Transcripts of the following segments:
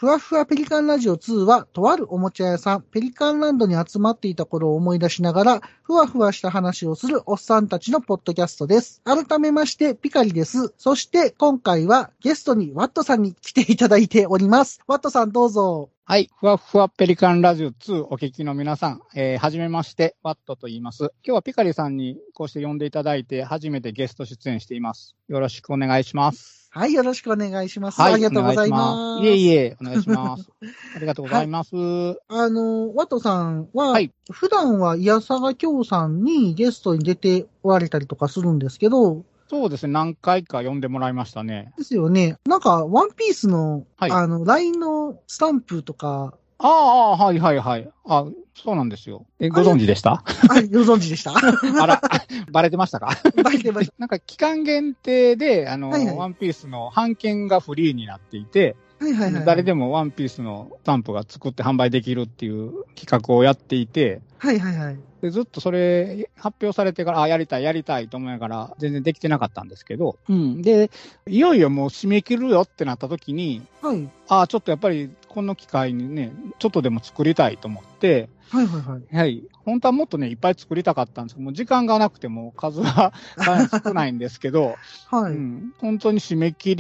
ふわふわペリカンラジオ2は、とあるおもちゃ屋さん、ペリカンランドに集まっていた頃を思い出しながら、ふわふわした話をするおっさんたちのポッドキャストです。改めまして、ピカリです。そして、今回はゲストにワットさんに来ていただいております。ワットさんどうぞ。 はい。ふわふわペリカンラジオ2お聞きの皆さん、はじめまして、ワットと言います。今日はピカリさんにこうして呼んでいただいて、初めてゲスト出演しています。よろしくお願いします。 はい、よろしくお願いします。 はい、 ありがとうございます。 いえいえ、お願いします。ありがとうございます。 ワットさんは、 はい。 普段はイヤサガ京さんにゲストに出ておられたりとかするんですけど、 そうですね、何回か呼んでもらいましたね。 ですよね。なんか、ワンピースの、 はい。 LINE のスタンプとか、 はいはいはい。そうなんですよ。ご存知でした？ はい、ご存知でした。 あら、バレてましたか？ バレてました。 なんか期間限定で、 はいはい、 ワンピースの版権がフリーになっていて、 はいはいはい、 誰でもワンピースのスタンプが作って販売できるっていう企画をやっていて、 はいはいはい。 でずっとそれ発表されてから、やりたいと思いながら全然できてなかったんですけど、で、いよいよもう締め切るよってなった時に、 はい。 ちょっとやっぱりこの機会にね、ちょっとでも作りたいと思って、 はいはいはい。 はい。本当はもっとね、いっぱい作りたかったんですけど、もう時間がなくても数は少ないんですけど、 はい。 本当に締め切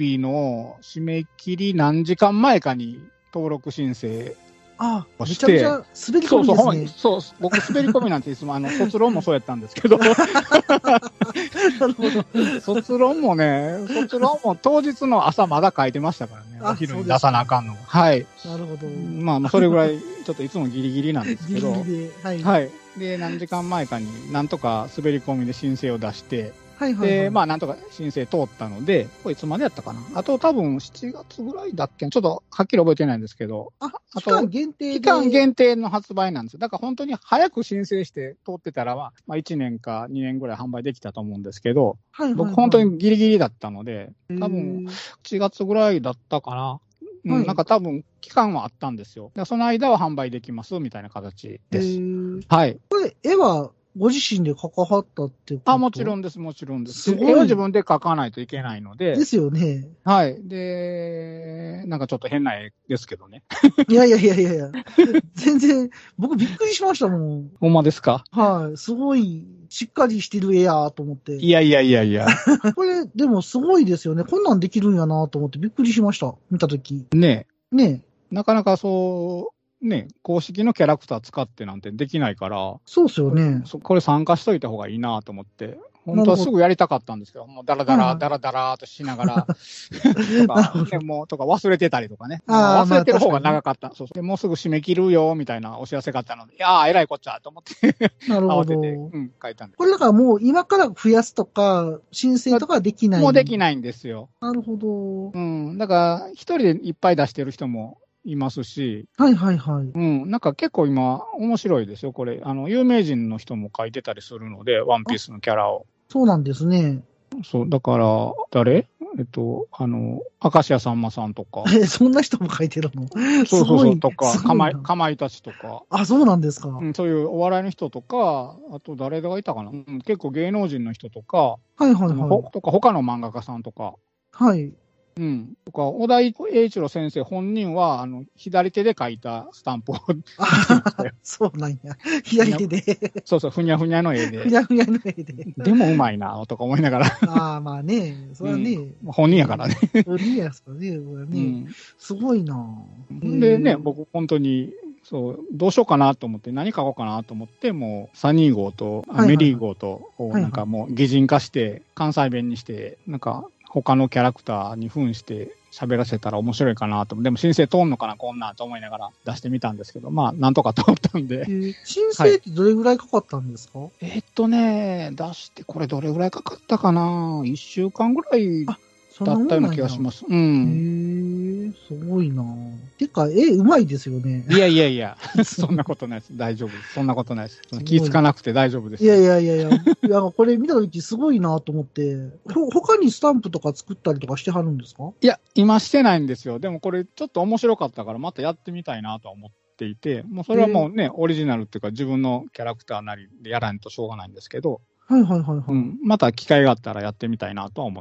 り何時間前かに登録申請をめして、 ちゃめちゃ滑り込みですね。 そう、僕滑り込みなんていつも卒論もそうやったんですけど、 なるほど。 卒論も当日の朝まだ書いてましたからね、お昼に出さなあかんの。はい。 なるほど。 まあ、それぐらい、ちょっといつもギリギリなんですけど、 ギリギリで、はい。 はい。で、何時間前かになんとか滑り込みで申請を出して、 はいはいはい。 で、まあなんとか申請通ったので、これいつまでやったかな。あと多分7月ぐらいだっけ、ちょっとはっきり覚えてないんですけど。 期間限定で。 期間限定の発売なんですよ。だから本当に早く申請して通ってたらまあ1年か2年ぐらい販売できたと思うんですけど、 はいはいはい、 僕本当にギリギリだったので、多分7月ぐらいだったかな。なんか多分期間はあったんですよ。その間は販売できますみたいな形です。はい。 これ、絵はご自身で描かはったってこと？ もちろんです。 すごい。 絵を自分で描かないといけないので。 ですよね。 はい。で、なんかちょっと変な絵ですけどね。 いや。全然、僕びっくりしましたもん。 ほんまですか？ はい。すごい、しっかりしてる絵やと思って。 いや。 これ、でもすごいですよね。こんなんできるんやなと思ってびっくりしました。見たとき。 ねなかなか公式のキャラクター使ってなんてできないから。 そうですよね。 これ参加しといた方がいいなと思って。本当はすぐやりたかったんですけど、もうダラダラとしながら、とか忘れてたりとかね。忘れてる方が長かった。そうでもうすぐ締め切るよ、みたいなお知らせがあったので、偉いこっちゃ、と思って。 なるほど。 慌てて、書いたんです。 これだからもう今から増やすとか、申請とかできない。 もうできないんですよ。 なるほど。 だから、一人でいっぱい出してる人もいますし。 はいはいはい。 なんか結構今、面白いですよ、これ。有名人の人も書いてたりするので、ワンピースのキャラを。 そうなんですね。 そう、だから、誰？明石家さんまさんとか。 そんな人も書いてるの？ そうとか、かまいたちとか。 そうなんですか。 そういうお笑いの人とか、あと誰がいたかな？結構芸能人の人とか、 はいはいはい。 とか他の漫画家さんとか。 はい。 とか、小田栄一郎先生本人は、左手で書いたスタンプを。 そうなんや。左手で。 そう、ふにゃふにゃの絵で。 ふにゃふにゃの絵で。 でもうまいな、とか思いながら。 まあね。それはね。 本人やからね。 本人やからね。すごいな。 でね、僕本当に、どうしようかなと思って、何書こうかなと思って、もう、サニー号と、メリー号と、なんかもう、擬人化して、関西弁にして、なんか、他のキャラクターに扮して喋らせたら面白いかなと。でも申請通んのかな、こんなんと思いながら出してみたんですけど、まあ、なんとか通ったんで。 申請ってどれぐらいかかったんですか？ 出してこれどれぐらいかかったかな ?1 週間ぐらいだったような気がします。 すごいな。てか、うまいですよね。 いや、そんなことないです。大丈夫です。そんなことないです。気ぃつかなくて大丈夫です。 いや、これ見たときすごいなと思って、他にスタンプとか作ったりとかしてはるんですか？ いや、今してないんですよ。でもこれちょっと面白かったからまたやってみたいなと思っていて、もうそれはもうね、オリジナルっていうか自分のキャラクターなりでやらんとしょうがないんですけど、 はい。 また機会があったらやってみたいなとは思ってます。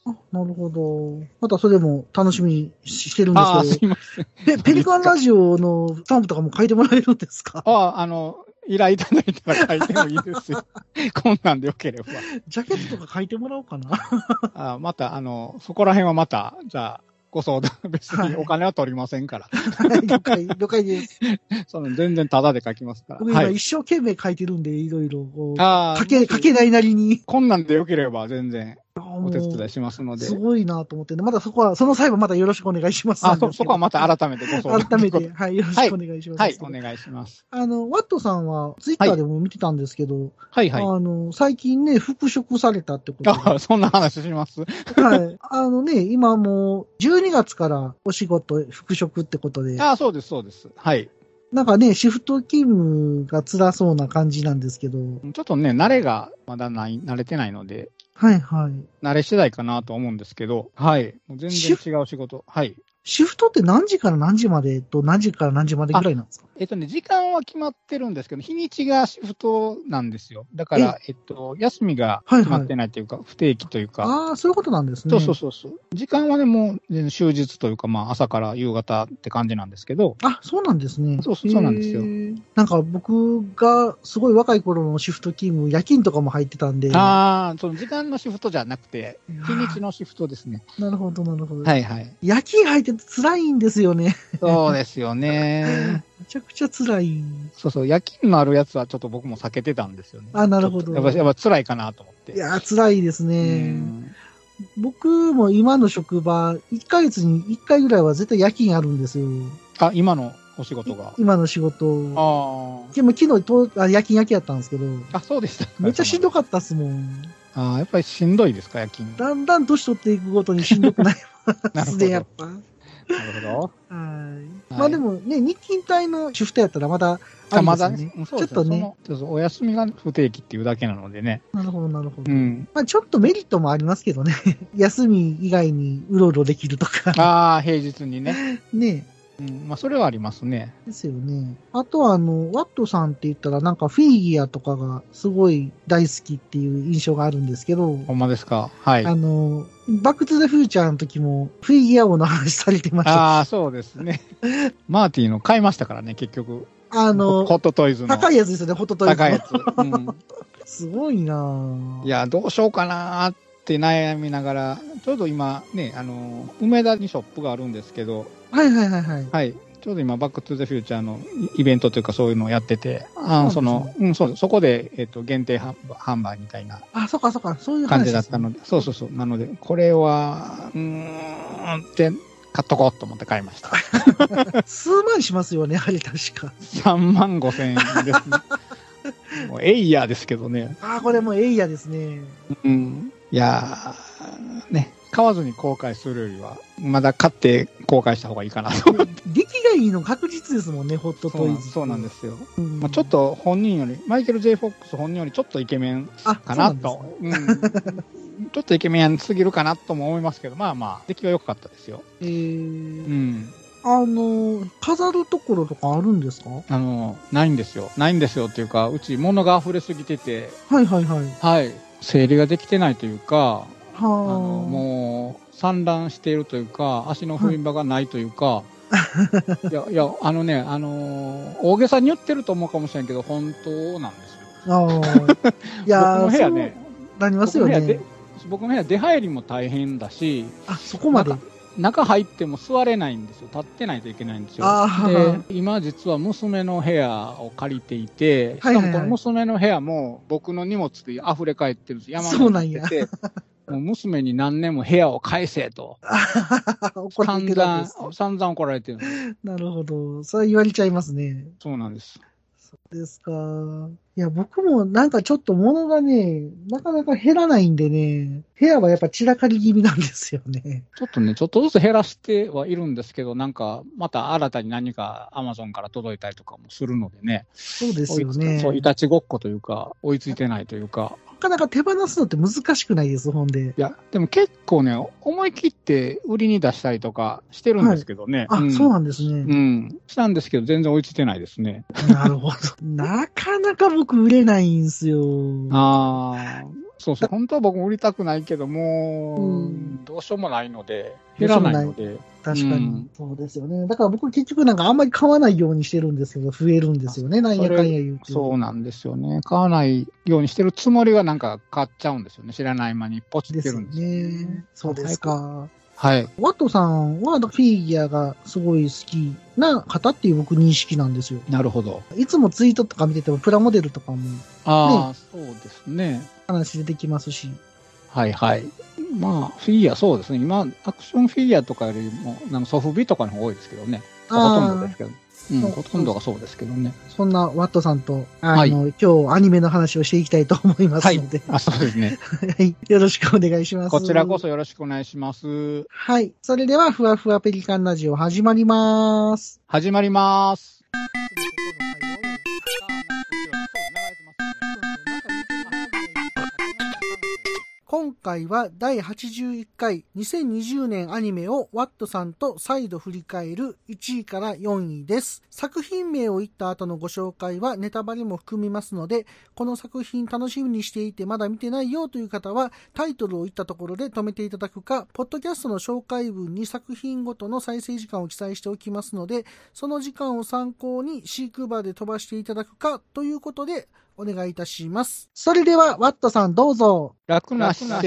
あ、なるほど。またそれも楽しみにしてるんですけど。 すいません。 ペリカンラジオのスタンプとかも書いてもらえるんですか？ 依頼いただいたら書いてもいいですよ。こんなんでよければ。 ジャケットとか書いてもらおうかな。 また、そこら辺はまた、じゃあ、ご相談、別にお金は取りませんから。 はい、了解です。 全然タダで書きますから。 僕今一生懸命書いてるんで、いろいろ書けないなりに。 こんなんでよければ全然お手伝いしますので。 すごいなと思って、まだその際はまたよろしくお願いします。 そこはまた改めてご相談。 改めて、はい、よろしくお願いします。 はい、お願いします。 ワットさんはツイッターでも見てたんですけど、 はいはい。 最近ね、復職されたってことで。 そんな話します。 はい。今もう12月からお仕事復職ってことで。 そうです、そうです。はい。 なんかね、シフト勤務が辛そうな感じなんですけど。 ちょっとね、慣れがまだ慣れてないので。 はいはい。 慣れ次第かなと思うんですけど、はい。もう全然違う仕事。はい。 シフトって何時から何時までと何時から何時までぐらいなんですか？ 時間は決まってるんですけど、日にちがシフトなんですよ。だから、休みが決まってないというか、不定期というか。 そういうことなんですね。 そう。時間はね、もう全然終日というか、朝から夕方って感じなんですけど。 そうなんですね。 そうなんですよ。 なんか僕がすごい若い頃のシフト勤務、夜勤とかも入ってたんで。 その時間のシフトじゃなくて、日にちのシフトですね。 なるほど。 はいはい。 夜勤入ってて辛いんですよね。 そうですよね。 めちゃくちゃ辛い。 そう、夜勤のあるやつはちょっ1僕も避けてたんですよね。 なるほど。 やっぱ辛いかなと思って。 いや、辛いですね。僕も今の職場、1ヶ月に1回ぐらいは絶対夜勤あるんですよ。 今のお仕事が。 今の仕事。でも昨日夜勤やったんですけど。 そうでした。 めっちゃしんどかったっすもん。 やっぱりしんどいですか、夜勤。 だんだん年取っていくごとにしんどくなりますね、やっぱ。 なるほど。 まあでもね、日勤帯のシフトやったらまだありですね。ちょっとね。 お休みが不定期っていうだけなのでね。 なるほど。まあちょっとメリットもありますけどね。休み以外にうろうろできるとか。 平日にね。 ね。 それはありますね。 ですよね。あとはワットさんって言ったらなんかフィギュアとかがすごい大好きっていう印象があるんですけど。 ほんまですか？はい。 バックトゥザフューチャーの時もフィギュア王の話されてました。 そうですね。マーティーの買いましたからね、結局。ホットトイズの。 高いやつですよね、ホットトイズの。 高いやつ。すごいなぁ。 いや、どうしようかなーって悩みながら、ちょうど今ね、梅田にショップがあるんですけど。 はい。 はい。ちょうど今、バックトゥザフューチャーのイベントというかそういうのをやってて、そこで、限定販売みたいな。 そうか。そういう感じだったので。そう。なので、これは、って買っとこうと思って買いました。 数万しますよね、あれ確か。 35,000円ですね。もうエイヤーですけどね。 これもうエイヤーですね。 いやー、ね。買わずに後悔するよりは、まだ買って後悔した方がいいかなと。 出来がいいの確実ですもんね、ホットトイズ。 そうなんですよ。ちょっと本人より、マイケル・ J・フォックス本人よりちょっとイケメンかなと。ちょっとイケメンすぎるかなとも思いますけど、出来は良かったですよ。 飾るところとかあるんですか？ ないんですよ。ないんですよっていうか、うち物が溢れすぎてて。 はい。 はい。整理ができてないというか、もう散乱しているというか、足の踏み場がないというか、大げさに言ってると思うかもしれんけど、本当なんですよ。 いや僕の部屋ね、 なりますよね。 僕の部屋出入りも大変だし、 そこまで。 中入っても座れないんですよ。立ってないといけないんですよ。で、今実は娘の部屋を借りていて、しかもこの娘の部屋も僕の荷物で溢れ返ってるんです。山になってて、もう娘に何年も部屋を返せと。散々怒られてるんです。 なるほど。それ言われちゃいますね。 そうなんです。 そうですか。いや、僕もなんかちょっと物がね、なかなか減らないんでね、部屋はやっぱ散らかり気味なんですよね。 ちょっとずつ減らしてはいるんですけど、なんか、また新たに何か Amazon から届いたりとかもするのでね。 そうですよね。 そう、いたちごっこというか、追いついてないというか。 なかなか手放すのって難しくないです、ほんで。 いや、でも結構ね、思い切って売りに出したりとかしてるんですけどね。 そうなんですね。 したんですけど、全然追いついてないですね。 なるほど。なかなか僕売れないんですよ。 そうそう。本当は僕も売りたくないけども、どうしようもないので、減らないので。 確かに。そうですよね。だから僕結局なんかあんまり買わないようにしてるんですけど、増えるんですよね。なんやかんや言うて。 そうなんですよね。買わないようにしてるつもりがなんか買っちゃうんですよね。知らない間にポチってるんですよね。 そうですか。 はい。 ワットさんはフィギュアがすごい好きな方っていう僕認識なんですよ。 なるほど。 いつもツイートとか見ててもプラモデルとかも、ね。 ああ、そうですね。 話出てきますし。 はいはい。まあ、フィギュアそうですね。今、アクションフィギュアとかよりも、なんかソフビとかの方が多いですけどね。ほとんどですけど。ほとんどがそうですけどね。 そんなワットさんと、今日アニメの話をしていきたいと思いますので。 はい。そうですね。 はい。よろしくお願いします。 こちらこそよろしくお願いします。 はい。それでは、ふわふわペリカンラジオ始まります。 始まります。 今回は第81回2020年アニメをワットさんと再度振り返る1位から4位です。作品名を言った後のご紹介はネタバレも含みますので、この作品楽しみにしていてまだ見てないよという方はタイトルを言ったところで止めていただくか、ポッドキャストの紹介文に作品ごとの再生時間を記載しておきますので、その時間を参考にシークバーで飛ばしていただくかということで、お願いいたします。それでは、ワットさんどうぞ。 楽な姿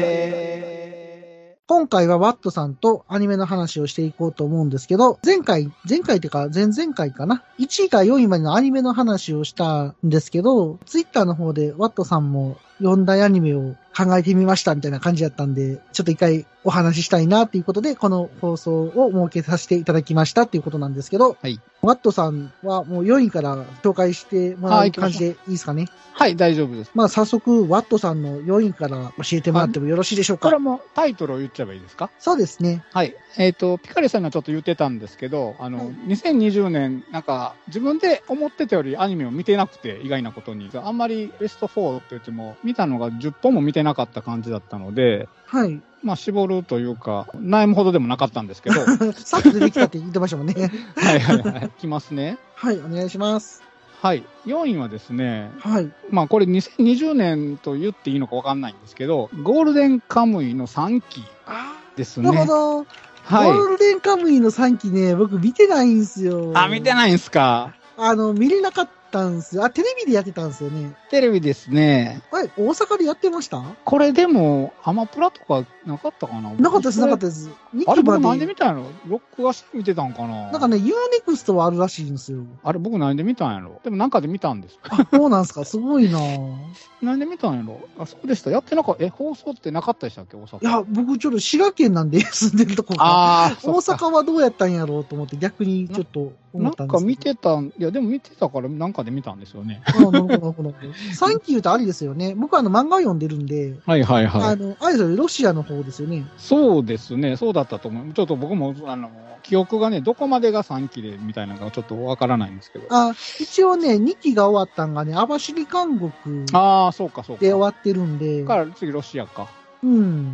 勢。 今回はワットさんとアニメの話をしていこうと思うんですけど、前回というか前々回かな。1位から4位までのアニメの話をしたんですけど、ツイッターの方でワットさんも4大アニメを考えてみましたみたいな感じだったんで、ちょっと一回お話ししたいなっていうことで、この放送を設けさせていただきましたっていうことなんですけど、 はい。 ワットさんはもう4位から紹介してもらう感じでいいですかね。 はい、大丈夫です。 まあ早速、ワットさんの4位から教えてもらってもよろしいでしょうか。 これもタイトルを言っちゃえばいいですか？ そうですね。 はい。ピカリさんがちょっと言ってたんですけど、2020年、なんか自分で思ってたよりアニメを見てなくて、意外なことに。あんまりベスト4って言っても、見たのが10本も見てなかった感じだったので、 はい。 まあ、絞るというか、悩むほどでもなかったんですけど。 さっと出てきたって言ってましたもんね。 はいはいはい。いきますね。 はい、お願いします。 はい。4位はですね、 はい。 まあこれ2020年と言っていいのかわかんないんですけど、ゴールデンカムイの3期ですね。 なるほど。 はい。 ゴールデンカムイの3期ね、僕見てないんですよ。 見てないんすか？ 見れなかったんですよ。テレビでやってたんですよね。 テレビですね。 大阪でやってました？ これでも、アマプラとかなかったかな？ なかったです、なかったです。 あれ僕なんで見たんやろ？録画して見てたんかな？ なんかね、ユーネクストはあるらしいんですよ。 あれ僕なんで見たんやろ？でもなんかで見たんです。 そうなんですか？すごいななんで見たんやろ？そうでした。やってなかった。放送ってなかったでしたっけ？大阪。 いや、僕ちょっと滋賀県なんで住んでるとこが。大阪はどうやったんやろうと思って逆にちょっと思ったんですけど。 なんか見てたいや、でも見てたからなんかで見たんですよね。 なるほど、なるほど。3期言うとありですよね。僕漫画を読んでるんで。 はいはいはい。 あれですよね、ロシアの方ですよね。 そうですね。そうだったと思う。ちょっと僕も、記憶がね、どこまでが3期でみたいなのがちょっとわからないんですけど。 一応ね、2期が終わったんがね、網走監獄そうか。 で終わってるんで。 から次ロシアか。 うん。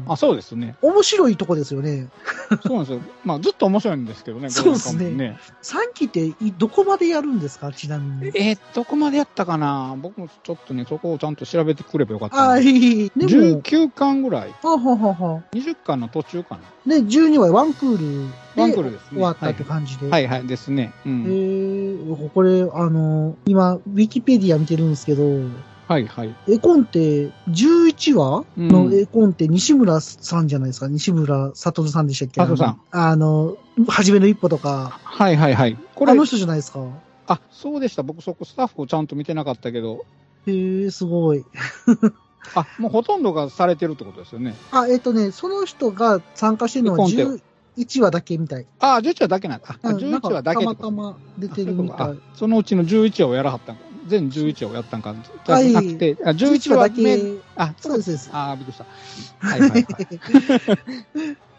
そうですね。 面白いとこですよね。 そうなんですよ。まあ、ずっと面白いんですけどね。 そうですね。3期ってどこまでやるんですか、ちなみに。 どこまでやったかな？僕もちょっとね、そこをちゃんと調べてくればよかった。19巻ぐらい。20巻の途中かな。 で、12話ワンクールでですね。 終わったって感じで。 はいはいですね。 これ、今、ウィキペディア見てるんですけど、 はいはい。 絵コンテ、11話の絵コンテ、西村さんじゃないですか。西村悟さんでしたっけ？ 悟さん。 はじめの一歩とか。 はいはいはい。 これあの人じゃないですか。 そうでした。僕そこスタッフをちゃんと見てなかったけど。 すごい。 もうほとんどがされてるってことですよね。 その人が参加してるのは11話だけみたい。 11話だけなんだ。11話だけ。 たまたま出てるみたい。 そのうちの11話をやらはったんか。全11話をやったんか。じゃなくて、11話だけ。 そうです。 びっくりした。はいはいはい。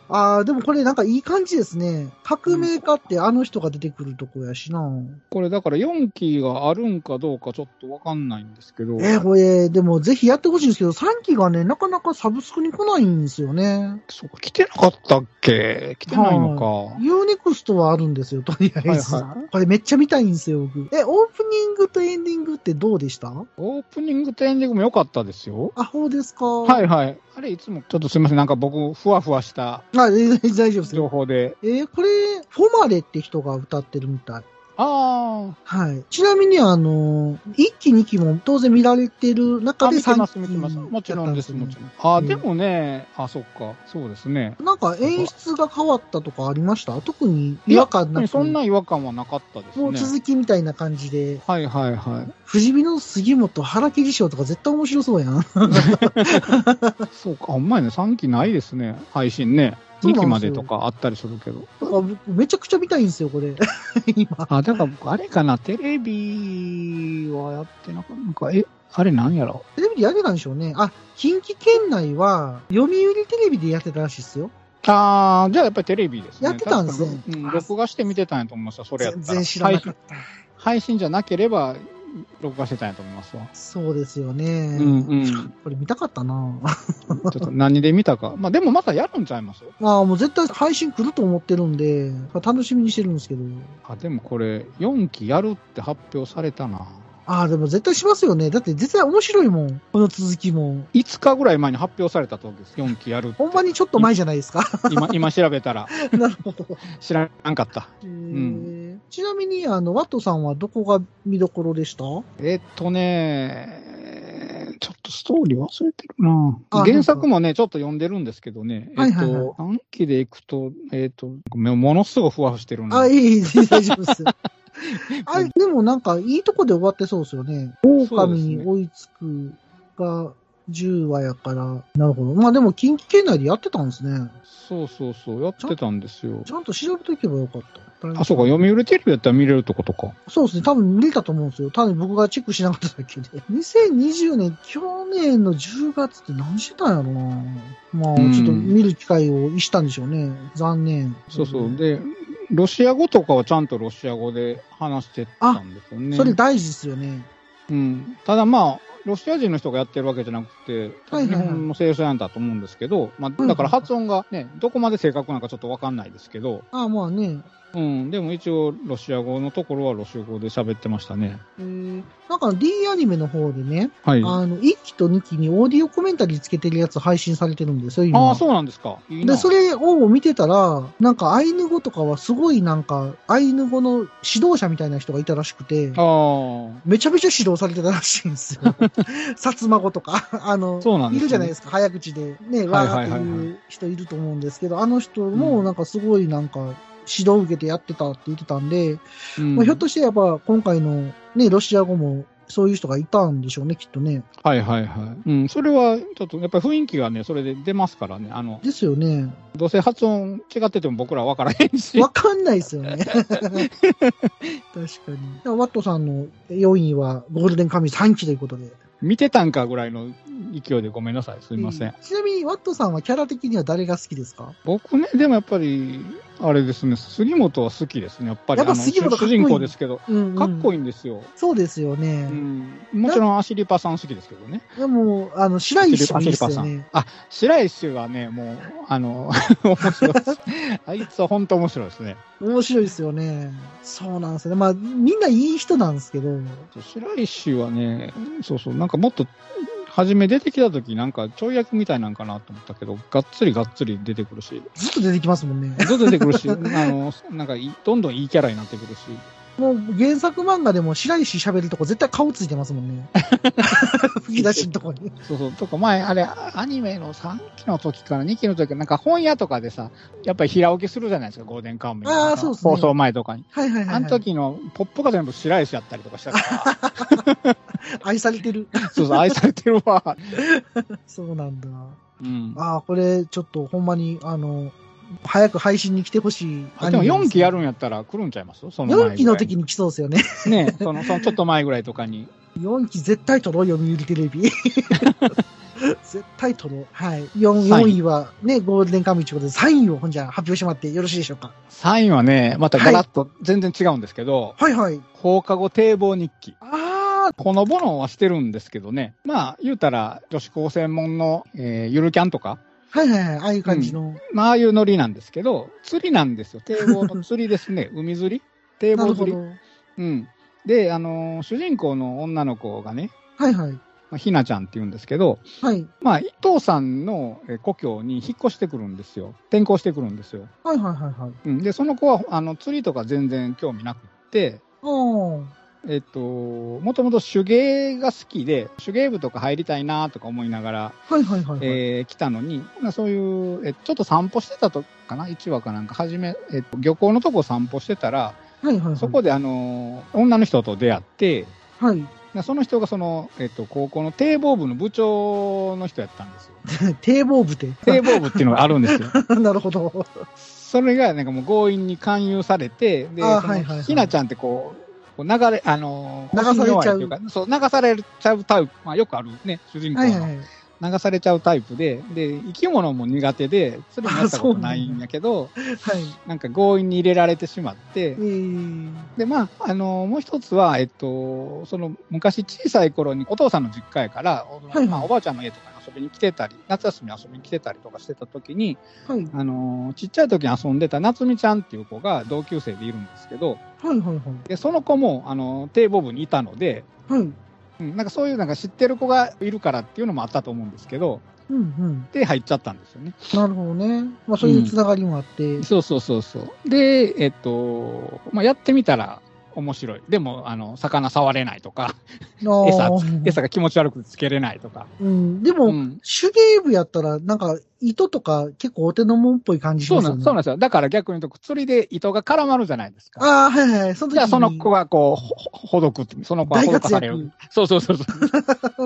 ああ、でもこれなんかいい感じですね。革命家ってあの人が出てくるとこやしな。 これだから4期があるんかどうかちょっとわかんないんですけど。 これ、でもぜひやってほしいんですけど、3期がね、なかなかサブスクに来ないんですよね。 そうか、来てなかったっけ？来てないのか。 ユーネクストはあるんですよ、とりあえず。 はいはい。 これめっちゃ見たいんですよ、僕。オープニングとエンディングってどうでした？ オープニングとエンディングも良かったですよ。 あ、そうですか。 はいはい。あれ、いつも、ちょっとすみません。なんか僕、ふわふわした大丈夫です情よ。 報で。 これ、フォマレって人が歌ってるみたい。 あはい。ちなみに、1期、2期も当然見られてる中で見てま 3 す、見てます。もちろんです、もちろん。 うんでもね、そっか、そうですね。 なんか演出が変わったとかありました？特に違和感なく。 そんな違和感はなかったですね。 もう続きみたいな感じで。 はいはいはい。 不死身の杉本原切賞とか絶対面白そうやん。 そうか、ほんまやね、3期ないですね、配信ね。2期までとかあったりするけど。 だから僕めちゃくちゃ見たいんですよ、これ。今。 だから僕、あれかな、テレビはやってなかった。なんか、あれなんやろ。 テレビでやってたんでしょうね。近畿圏内は、読売テレビでやってたらしいですよ。 じゃあやっぱりテレビですね。 やってたんですね。 録画して見てたんやと思いますよ、それやったら。 全然知らなかった。 配信じゃなければ、録画してたんやと思いますわ。 そうですよね。これ見たかったなちょっと何で見たか。でもまたやるんちゃいます？ もう絶対配信来ると思ってるんで、楽しみにしてるんですけど。 でもこれ、4期やるって発表されたな。 でも絶対しますよね。だって絶対面白いもん。この続きも。 5日ぐらい前に発表されたとです。4期やるって。 ほんまにちょっと前じゃないですか。 今調べたら。 なるほど。 知らんかった。 ちなみに、ワットさんはどこが見どころでした？ ちょっとストーリー忘れてるな。原作もね、ちょっと読んでるんですけどね。3期でいくと、ものすごくふわふわしてるな。 いい、大丈夫です。でもなんか、いいとこで終わってそうですよね。狼に追いつくが10話やから。なるほど。でも、近畿圏内でやってたんですね。 そう、やってたんですよ。 ちゃんと調べとけばよかった。 そうか、読売テレビやったら見れるってことか。 そうですね。多分見れたと思うんですよ。多分僕がチェックしなかっただけで。2020年、去年の10月って何してたんやろな。ちょっと見る機会をしたんでしょうね。残念。 そう。で、ロシア語とかはちゃんとロシア語で話してたんですよね。 それ大事ですよね。 ただロシア人の人がやってるわけじゃなくて、日本の声優さんだと思うんですけど、だから発音がね、どこまで正確なのかちょっとわかんないですけど。でも一応、ロシア語のところはロシア語で喋ってましたね。 なんか D アニメの方でね、 1 期と2期にオーディオコメンタリーつけてるやつ配信されてるんですよ、今。 そうなんですか。いいな。 で、それを見てたら、なんかアイヌ語とかはすごいなんか、アイヌ語の指導者みたいな人がいたらしくて、めちゃめちゃ指導されてたらしいんですよ。薩摩語とか、 そうなんですね、 いるじゃないですか、早口でね、わーっていう人いると思うんですけど、あの人もなんかすごいなんか、指導を受けてやってたって言ってたんで、ひょっとしてやっぱ今回のね、ロシア語もそういう人がいたんでしょうね、きっとね。 それはちょっとやっぱり雰囲気がね、それで出ますからね。 ですよね。 どうせ発音違ってても僕らは分からへんし。 分かんないですよね。確かに。ワットさんの4位はゴールデンカムイ3期ということで。 見てたんかぐらいの勢いでごめんなさい。すいません。 ちなみにワットさんはキャラ的には誰が好きですか？ 僕ね、でもやっぱり、あれですね、杉本は好きですね。やっぱり杉本主人公ですけど、かっこいいんですよ。 そうですよね。 もちろんアシリパさん好きですけどね。 でも、白石もいいですよね。 白石はね、もう、面白いです。あいつは本当面白いですね。 面白いですよね。そうなんですよね。みんないい人なんですけど。 白石はね、なんかもっと、初め出てきた時なんかちょい役みたいなんかなと思ったけど、がっつり出てくるし。 ずっと出てきますもんね。 ずっと出てくるし、なんかどんどんいいキャラになってくるし。 もう原作漫画でも白石喋るとこ絶対顔ついてますもんね。吹き出しのとこに。 とか前、あれ、アニメの3期の時から2期の時からなんか本屋とかでさ、やっぱり平置きするじゃないですか、ゴールデンカムイ。 そうですね。 放送前とかに。 あの時のポップが全部白石やったりとかしたから。 愛されてる。 愛されてるわ。 そうなんだ。これ、ちょっとほんまに、早く配信に来てほしい。 でも4期やるんやったら来るんちゃいます？その前。 4期の時に来そうですよね。 ね、そのちょっと前ぐらいとかに。 4期絶対撮ろうよ、読売テレビ。 絶対取ろう。はい。4位はね、ゴールデンカムイということで、3位をじゃあ発表してもらってよろしいでしょうか。 3位はね、またガラッと全然違うんですけど、 はいはい。 放課後堤防日記。 あほのぼのはしてるんですけどね。まあ、言うたら、女子高専門の、ゆるキャンとか。 はいはいはい。ああいう感じの。 まあ、ああいうノリなんですけど、釣りなんですよ。堤防の釣りですね。海釣り堤防釣り。 なるほど。 うん。で、主人公の女の子がね、 はいはい。 ひなちゃんって言うんですけど、 はい。 まあ、伊藤さんの故郷に引っ越してくるんですよ。転校してくるんですよ。 はいはいはいはい。 うん。で、その子は、釣りとか全然興味なくって、 おー。 もともと手芸が好きで、手芸部とか入りたいなとか思いながら、 はいはいはいはい。 来たのに、そういう、ちょっと散歩してたとかな、1話かなんか、漁港のとこ散歩してたら、 はいはいはい。 そこで女の人と出会って、 はい。 その人が高校の堤防部の部長の人やったんですよ。 堤防部で。 堤防部っていうのがあるんですよ。 なるほど。 それがなんかもう強引に勧誘されて、で、ひなちゃんって流れ、流されちゃう。そう、流されちゃうタイプ。まあよくあるね、主人公の。はいはい、流されちゃうタイプで、生き物も苦手で、釣りもやったことないんやけど、はい、なんか強引に入れられてしまって、で、まあ、もう一つは、昔小さい頃にお父さんの実家やから、はいはい、まあ、おばあちゃんの家とかに遊びに来てたり、夏休み遊びに来てたりとかしてた時に、はい、ちっちゃい時に遊んでた夏美ちゃんっていう子が同級生でいるんですけど、はいはいはい、でその子も、堤防部にいたので、はいなんかそういうなんか知ってる子がいるからっていうのもあったと思うんですけど、うんうん、で入っちゃったんですよね。 なるほどね。まあそういうつながりもあって。 そうそうそうそう。で、まあやってみたら面白い。でも、魚触れないとか、餌が気持ち悪くつけれないとか。 うん。でも、手芸部やったら、なんか、糸とか結構お手のもんっぽい感じしますよね。 そうなんですよ。だから逆に言うと、釣りで糸が絡まるじゃないですか。 ああ、はいはい。その時に。 じゃあその子がこう、ほどくって、その子がほどかされる。そうそうそうそう。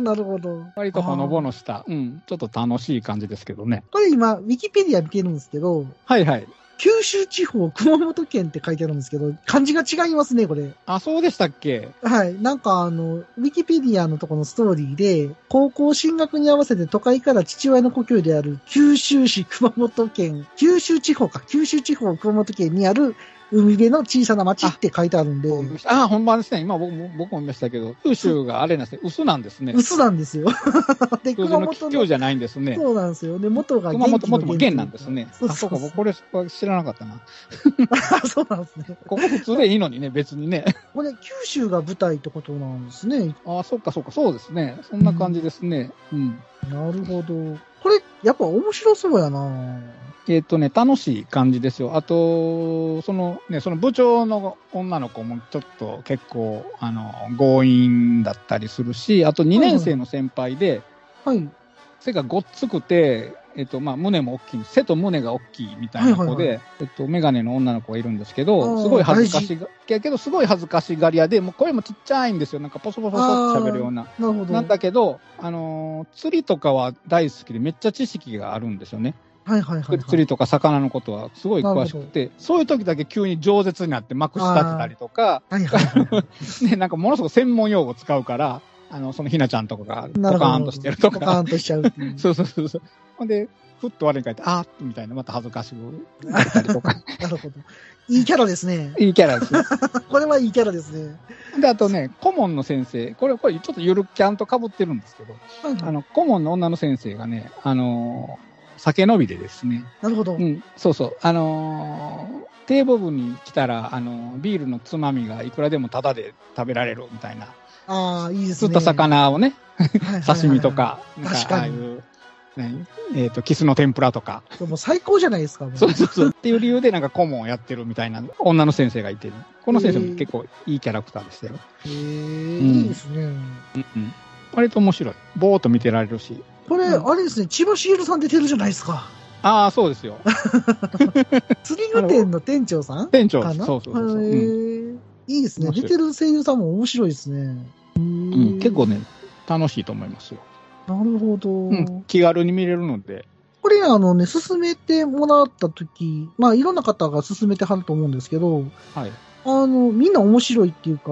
なるほど。 割とほのぼのした、ちょっと楽しい感じですけどね。 これ今、ウィキペディア見てるんですけど。 はいはい。 九州地方熊本県って書いてあるんですけど、漢字が違いますね、これ。 あ、そうでしたっけ？ はい。なんかウィキペディアのとこのストーリーで、高校進学に合わせて都会から父親の故郷である九州市熊本県、九州地方熊本県にある海辺の小さな町って書いてあるんで。 あ、ほんまですね。今僕も見ましたけど、九州があれなんですね。薄なんですね。 薄なんですよ。 で、熊本の。じゃないんですね。 そうなんですよ。で、元が熊本も元なんですね。 そうそう。 僕これ知らなかったな。 そうなんですね。 ここ普通でいいのにね、別にね。 これ、九州が舞台ってことなんですね。 あ、そっか、そうですね。そんな感じですね。 なるほど。これ、やっぱ面白そうやな。 楽しい感じですよ。あと、その部長の女の子もちょっと結構、強引だったりするし、あと2年生の先輩で、はい。背がごっつくて、まあ、胸も大きい、背と胸が大きいみたいな子で、メガネの女の子がいるんですけど、すごい恥ずかしがり屋で、もう声もちっちゃいんですよ。なんかポソポソと喋るような。 なるほど。 なんだけど、釣りとかは大好きでめっちゃ知識があるんですよね。 はいはいはい、はい。 釣りとか魚のことはすごい詳しくて、そういう時だけ急に饒舌になってまくし立てたりとか、はいはいはい、ね、なんかものすごく専門用語を使うから、そのひなちゃんとかがポカーンとしてるとか。 ポカーンとしちゃう。 そうそうそうそう。ほんで、ふっと我に返って、あーみたいな、また恥ずかしくなったりとか。 なるほど。いいキャラですね。 いいキャラですよ。 これはいいキャラですね。 で、あとね、顧問の先生、これちょっとゆるキャンと被ってるんですけど、はいはい、顧問の女の先生がね、酒飲みでですね。 なるほど。 そうそう。堤防部に来たら、ビールのつまみがいくらでもタダで食べられるみたいな。 ああ、いいですね。 釣った魚をね、刺身とか、 確かに。 ああいう、キスの天ぷらとか。 もう最高じゃないですか。もうそうそうそう。っていう理由でなんか顧問をやってるみたいな女の先生がいて、この先生も結構いいキャラクターでしたよ。 いいですね。 割と面白い。ぼーっと見てられるし。 これ、あれですね、千葉茂さん出てるじゃないですか。 ああ、そうですよ。 釣り具店の店長さん店長かな。そうそうそう。 いいですね。出てる声優さんも面白いですね。 結構ね、楽しいと思いますよ。 なるほど。 気軽に見れるので。 これ勧めてもらったとき、まあいろんな方が勧めてはると思うんですけど、はい。みんな面白いっていうか、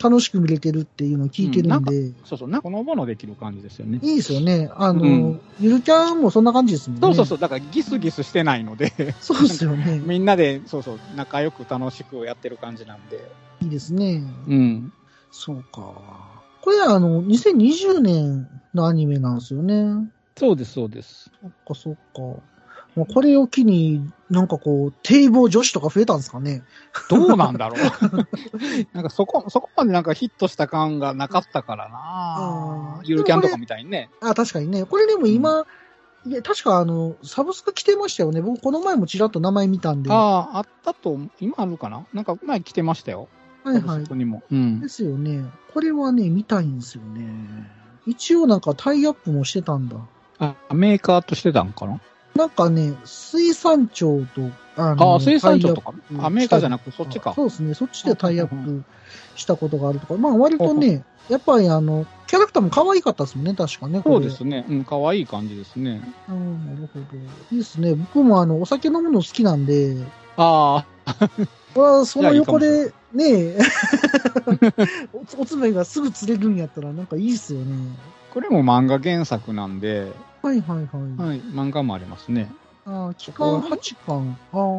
楽しく見れてるっていうのを聞いてるんで。 そうそう、ほのぼのできる感じですよね。 いいですよね。ゆるキャンもそんな感じですもんね。 そう。だからギスギスしてないので。 そうですよね。 みんなで、仲良く楽しくやってる感じなんで。 いいですね。 うん。 そうか。これ2020年のアニメなんですよね。 そうです。 そっか。もうこれを機に、なんかこう、堤防女子とか増えたんですかね。 どうなんだろう。なんかそこまでなんかヒットした感がなかったからな。ゆるキャンとかみたいにね。 確かにね。これでも今、いや、確かサブスク来てましたよね。僕この前もちらっと名前見たんで。 あったと、今あるかな、なんか前来てましたよ。 はいはい。 サブスクにも。うん。 ですよね。これはね、見たいんですよね。一応なんかタイアップもしてたんだ。 メーカーとしてたんかな。 なんかね、水産庁と、 水産庁とかメーカーじゃなくそっちか。 そうですね。そっちでタイアップしたことがあるとか。まあ割とね、やっぱりキャラクターも可愛かったですもんね、確かね。 そうですね。可愛い感じですね。 なるほど。いいですね。僕もお酒飲むの好きなんで。 ああ。その横で、ねおつめがすぐ釣れるんやったらなんかいいっすよね。 これも漫画原作なんで。 はい。 漫画もありますね。 期間8巻。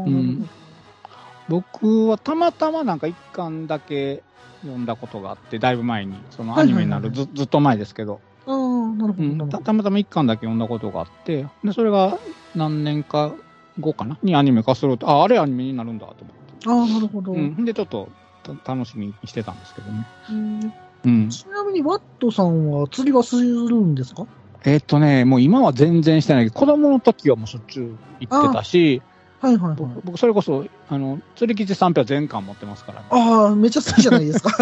僕はたまたまなんか1巻だけ読んだことがあって、だいぶ前に。そのアニメになるずっと前ですけど。 なるほど。 たまたま1巻だけ読んだことがあって、で、それが何年か後かなにアニメ化すると、あれアニメになるんだと思って。 なるほど。 で、ちょっと楽しみにしてたんですけどね。 ちなみにワットさんは釣りはするんですか？ もう今は全然してないけど、子供の時はもうしょっちゅう行ってたし、僕それこそ、釣り吉3票全巻持ってますからね。 めっちゃ好きじゃないですか。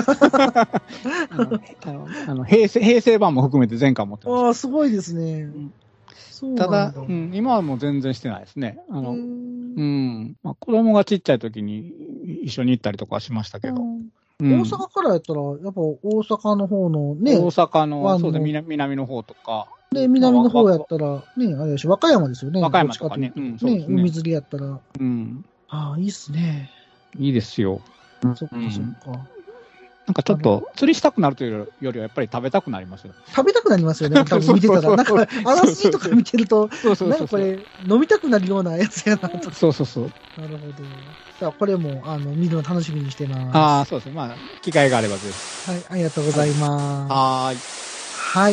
平成版も含めて全巻持ってます。 すごいですね。 ただ、今はもう全然してないですね。子供がちっちゃい時に一緒に行ったりとかしましたけど。 大阪からやったら、やっぱ大阪の方のね。 大阪の、そうですね、南の方とか。 で、南の方やったら、ね、あれだし、和歌山ですよね。 和歌山とかね。 海釣りやったら。いいっすね。 いいですよ。 そっか。 なんかちょっと、釣りしたくなるというよりは、やっぱり食べたくなりますよ。 食べたくなりますよね、多分見てたら。なんか、あらすじとか見てると、なんかこれ、飲みたくなるようなやつやなと。 そう。 なるほど。じゃあ、これも、見るの楽しみにしてます。 そうですね。まあ、機会があればです。 はい、ありがとうございます。はい。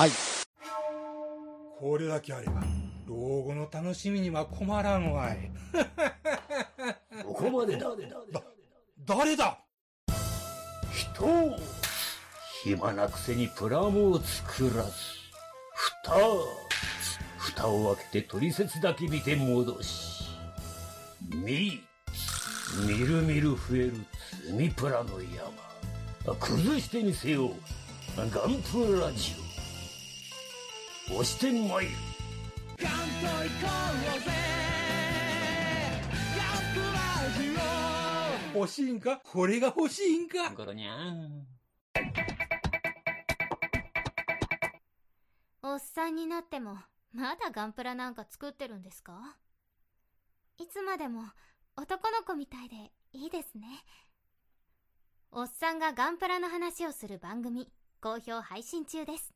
これだけあれば、老後の楽しみには困らんわい。 ここまでだ。 誰だ？ 人を暇なくせにプラモを作らず、蓋を開けて取説だけ見て戻し、みるみる増える積みプラの山、崩してみせようガンプラジオ、押してまいる。ガンと行こうぜ、 ガンプラジオ。欲しいんか？これが欲しいんか？ ゴロニャン。 おっさんになってもまだガンプラなんか作ってるんですか？いつまでも男の子みたいでいいですね。おっさんがガンプラの話をする番組、好評配信中です。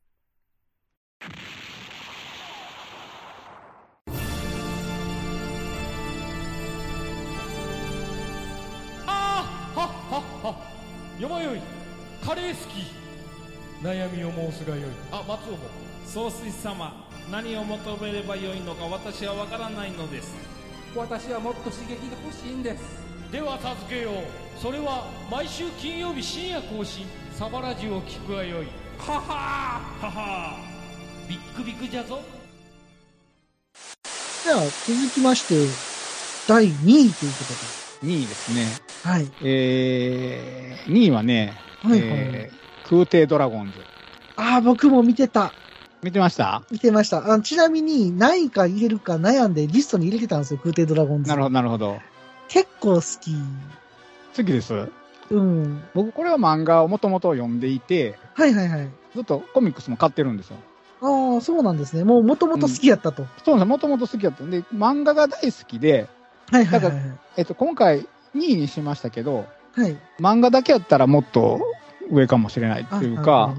よまよい、カレー好き。悩みを申すがよい。松尾も。 総帥様、何を求めればよいのか私はわからないのです。 私はもっと刺激が欲しいんです。では助けよう。それは毎週金曜日深夜更新、サバラジュを聞くがよい。ははーははー、ビックビックじゃぞ。 じゃあ続きまして第2位ということで。2位ですね。 はい。 2位はね、空挺ドラゴンズ。 僕も見てた。 見てました？ 見てました。ちなみに何位か入れるか悩んでリストに入れてたんですよ、空挺ドラゴンズ。 なるほど。 結構好き。 好きです。 僕これは漫画をもともと読んでいて、ずっとコミックスも買ってるんですよ。 そうなんですね。もともと好きやったと。 そうなんです。もともと好きやったんで、漫画が大好きで、だから、今回2位にしましたけど、漫画だけやったらもっと上かもしれないっていうか、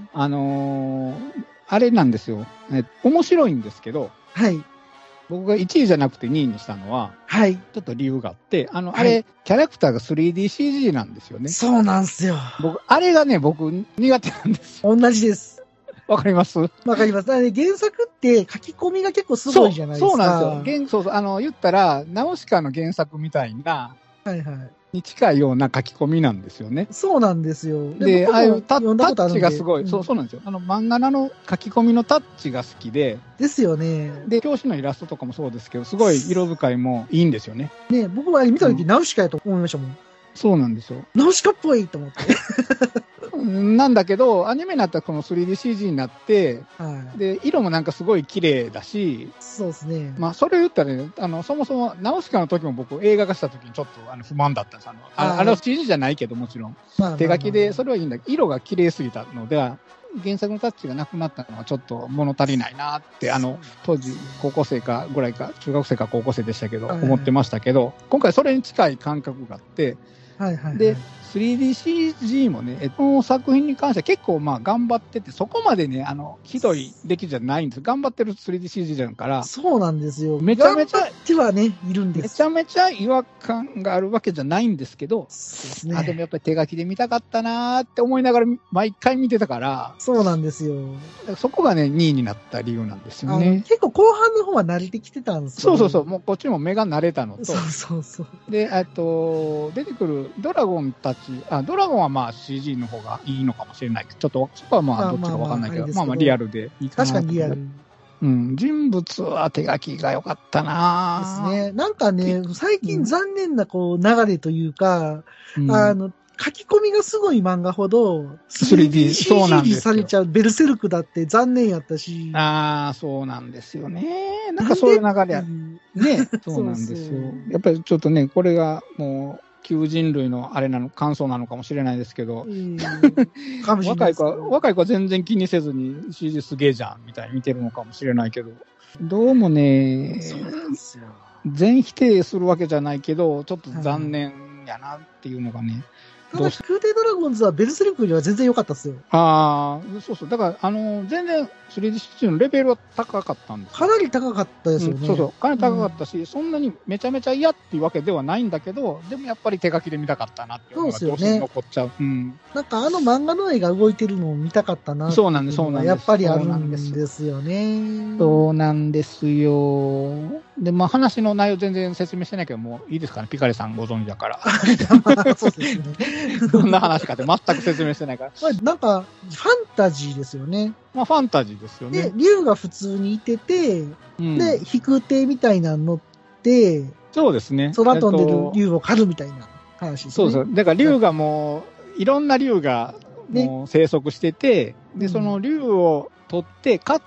あれなんですよ。面白いんですけど、 はい。 僕が1位じゃなくて2位にしたのは、 はい。 ちょっと理由があって、あれ、キャラクターが 3DCG なんですよね。 そうなんですよ。 あれがね、僕苦手なんですよ。 同じです。 わかります？ わかります。原作って書き込みが結構すごいじゃないですか。 そうなんですよ。言ったら、ナウシカの原作みたいな、 はいはい。 に近いような書き込みなんですよね。 そうなんですよ。 で、ああいうタッチがすごい、そうなんですよ。漫画の書き込みのタッチが好きで。 ですよね。 で、表紙のイラストとかもそうですけど、すごい色使いもいいんですよね。 ね、僕は見た時、ナウシカやと思いましたもん。 そうなんですよ。 ナウシカっぽいと思って。 なんだけど、アニメになったらこの 3DCG になって、 はい、 で、色もなんかすごい綺麗だし、 そうですね。 まあ、それ言ったらね、そもそも、ナウシカの時も僕映画化した時にちょっと不満だったんです。あれは CG じゃないけどもちろん。手書きで、それはいいんだけど、色が綺麗すぎたのでは、原作のタッチがなくなったのはちょっと物足りないなって、当時高校生かぐらいか、中学生か高校生でしたけど、思ってましたけど、今回それに近い感覚があって、 はいはいはい、 で、3DCG もね、この作品に関しては結構まあ頑張ってて、そこまでね、ひどい出来じゃないんです。頑張ってる 3DCG だから。 そうなんですよ。 めちゃめちゃ。 頑張ってはね、いるんです。 めちゃめちゃ違和感があるわけじゃないんですけど、 そうですね。 でもやっぱり手書きで見たかったなーって思いながら毎回見てたから。 そうなんですよ。 そこがね、2位になった理由なんですよね。 結構後半の方は慣れてきてたんですよ、 そう。もうこっちも目が慣れたのと。 そう。 で、出てくるドラゴンたち、ドラゴンはまあ CG の方がいいのかもしれないけど、ちょっとそこはまあどっちかわかんないけど、まあリアルでいいかな。 確かにリアル。 うん、人物は手書きが良かったなですね。なんかね、最近残念な流れというか、書き込みがすごい漫画ほど 3D にされちゃうベルセルクだって残念やったし。 そうなんですよね。なんかそういう流れや。ね、そうなんですよ。やっぱりちょっとね、これがもう、旧人類の感想なのかもしれないですけど、若い子は全然気にせずに CG すげえじゃんみたいに見てるのかもしれないけど、どうもね、全否定するわけじゃないけど、ちょっと残念やなっていうのがね。 ただ、空挺ドラゴンズはベルセルクよりは全然良かったですよ。 そう。だから、全然 3DCG のレベルは高かったんですよ。 かなり高かったですよね。 かなり高かったし、そんなにめちゃめちゃ嫌っていうわけではないんだけど、でもやっぱり手書きで見たかったなっていうのがどうしても残っちゃう。 なんか漫画の絵が動いてるのを見たかったなっていうのがやっぱりあるんですよね。 そうなんですよ。で、まあ話の内容全然説明してないけど、もういいですかね、ピカリさんご存知だから。 そうですね。 どんな話かって全く説明してないから。 なんか、ファンタジーですよね。 まあファンタジーですよね。 で、竜が普通にいてて、で、飛空艇みたいなの乗って、 そうですね。 空飛んでる竜を狩るみたいな話ですね。 そう。だから竜がもう、いろんな竜がもう生息してて、で、その竜を取って、飼って、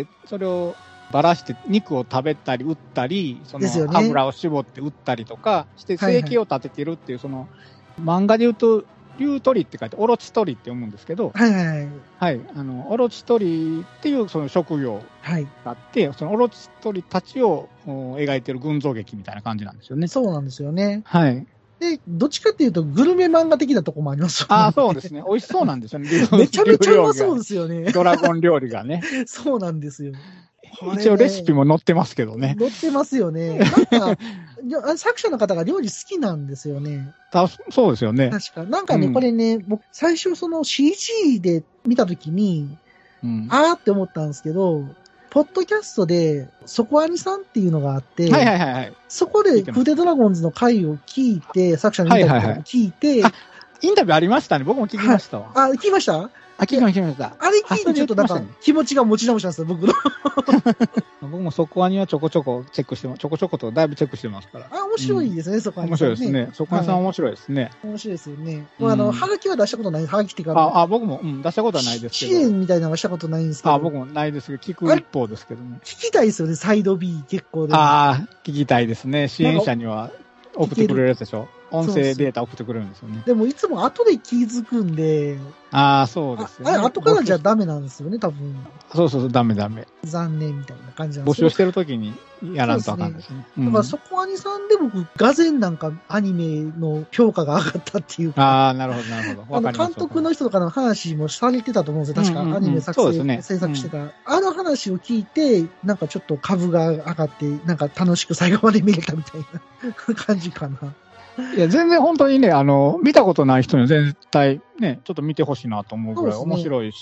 それをばらして肉を食べたり、売ったり、その油を絞って売ったりとかして、生計を立ててるっていう、その、漫画で言うと、竜取りって書いて、オロチ取りって読むんですけど、オロチ取りっていうその職業があって、そのオロチ取りたちを描いてる群像劇みたいな感じなんですよね。 そうなんですよね。 はい。 で、どっちかっていうと、グルメ漫画的なとこもありますよね。 そうですね。美味しそうなんですよね。 めちゃめちゃうまそうですよね。 ドラゴン料理がね。 そうなんですよ。 一応レシピも載ってますけどね。 載ってますよね。なんか、作者の方が料理好きなんですよね。 そうですよね。 確か。なんかね、これね、僕、最初その CG で見たときに、あーって思ったんですけど、ポッドキャストで、そこアニさんっていうのがあって、そこで空挺ドラゴンズの回を聞いて、作者のインタビューを聞いて、 インタビューありましたね。僕も聞きましたわ。 聞きました？ 聞きました。 あれ聞いてちょっとなんか気持ちが持ち直したんですよ、僕の。 僕もそこアニはちょこちょこチェックしてます。ちょこちょことだいぶチェックしてますから。 面白いですね、そこアニ面白いですね。そこアニさん面白いですね。 面白いですよね。はがきは出したことない。はがきっていうか。 僕も、出したことはないですけど。 支援みたいなのはしたことないんですけど。 僕もないですけど、聞く一方ですけどね。 聞きたいですよね、サイド B 結構で。 聞きたいですね。支援者には送ってくれるやつでしょ。 音声データ送ってくれるんですよね。 でもいつも後で気づくんで、 ああ、そうですよね。 あれ後からじゃダメなんですよね、多分。 そうそうそう、ダメ。 残念みたいな感じなんです募集してるときにやらんとあかんですね。 だからそこアニさんで僕、がぜんなんかアニメの評価が上がったっていうか。 ああ、なるほど。わかります。 監督の人とかの話もされてたと思うんですよ。確かアニメ制作してた。あの話を聞いて、なんかちょっと株が上がって、なんか楽しく最後まで見れたみたいな感じかな。 いや、全然本当にね、見たことない人には絶対ね、ちょっと見てほしいなと思うぐらい面白いし。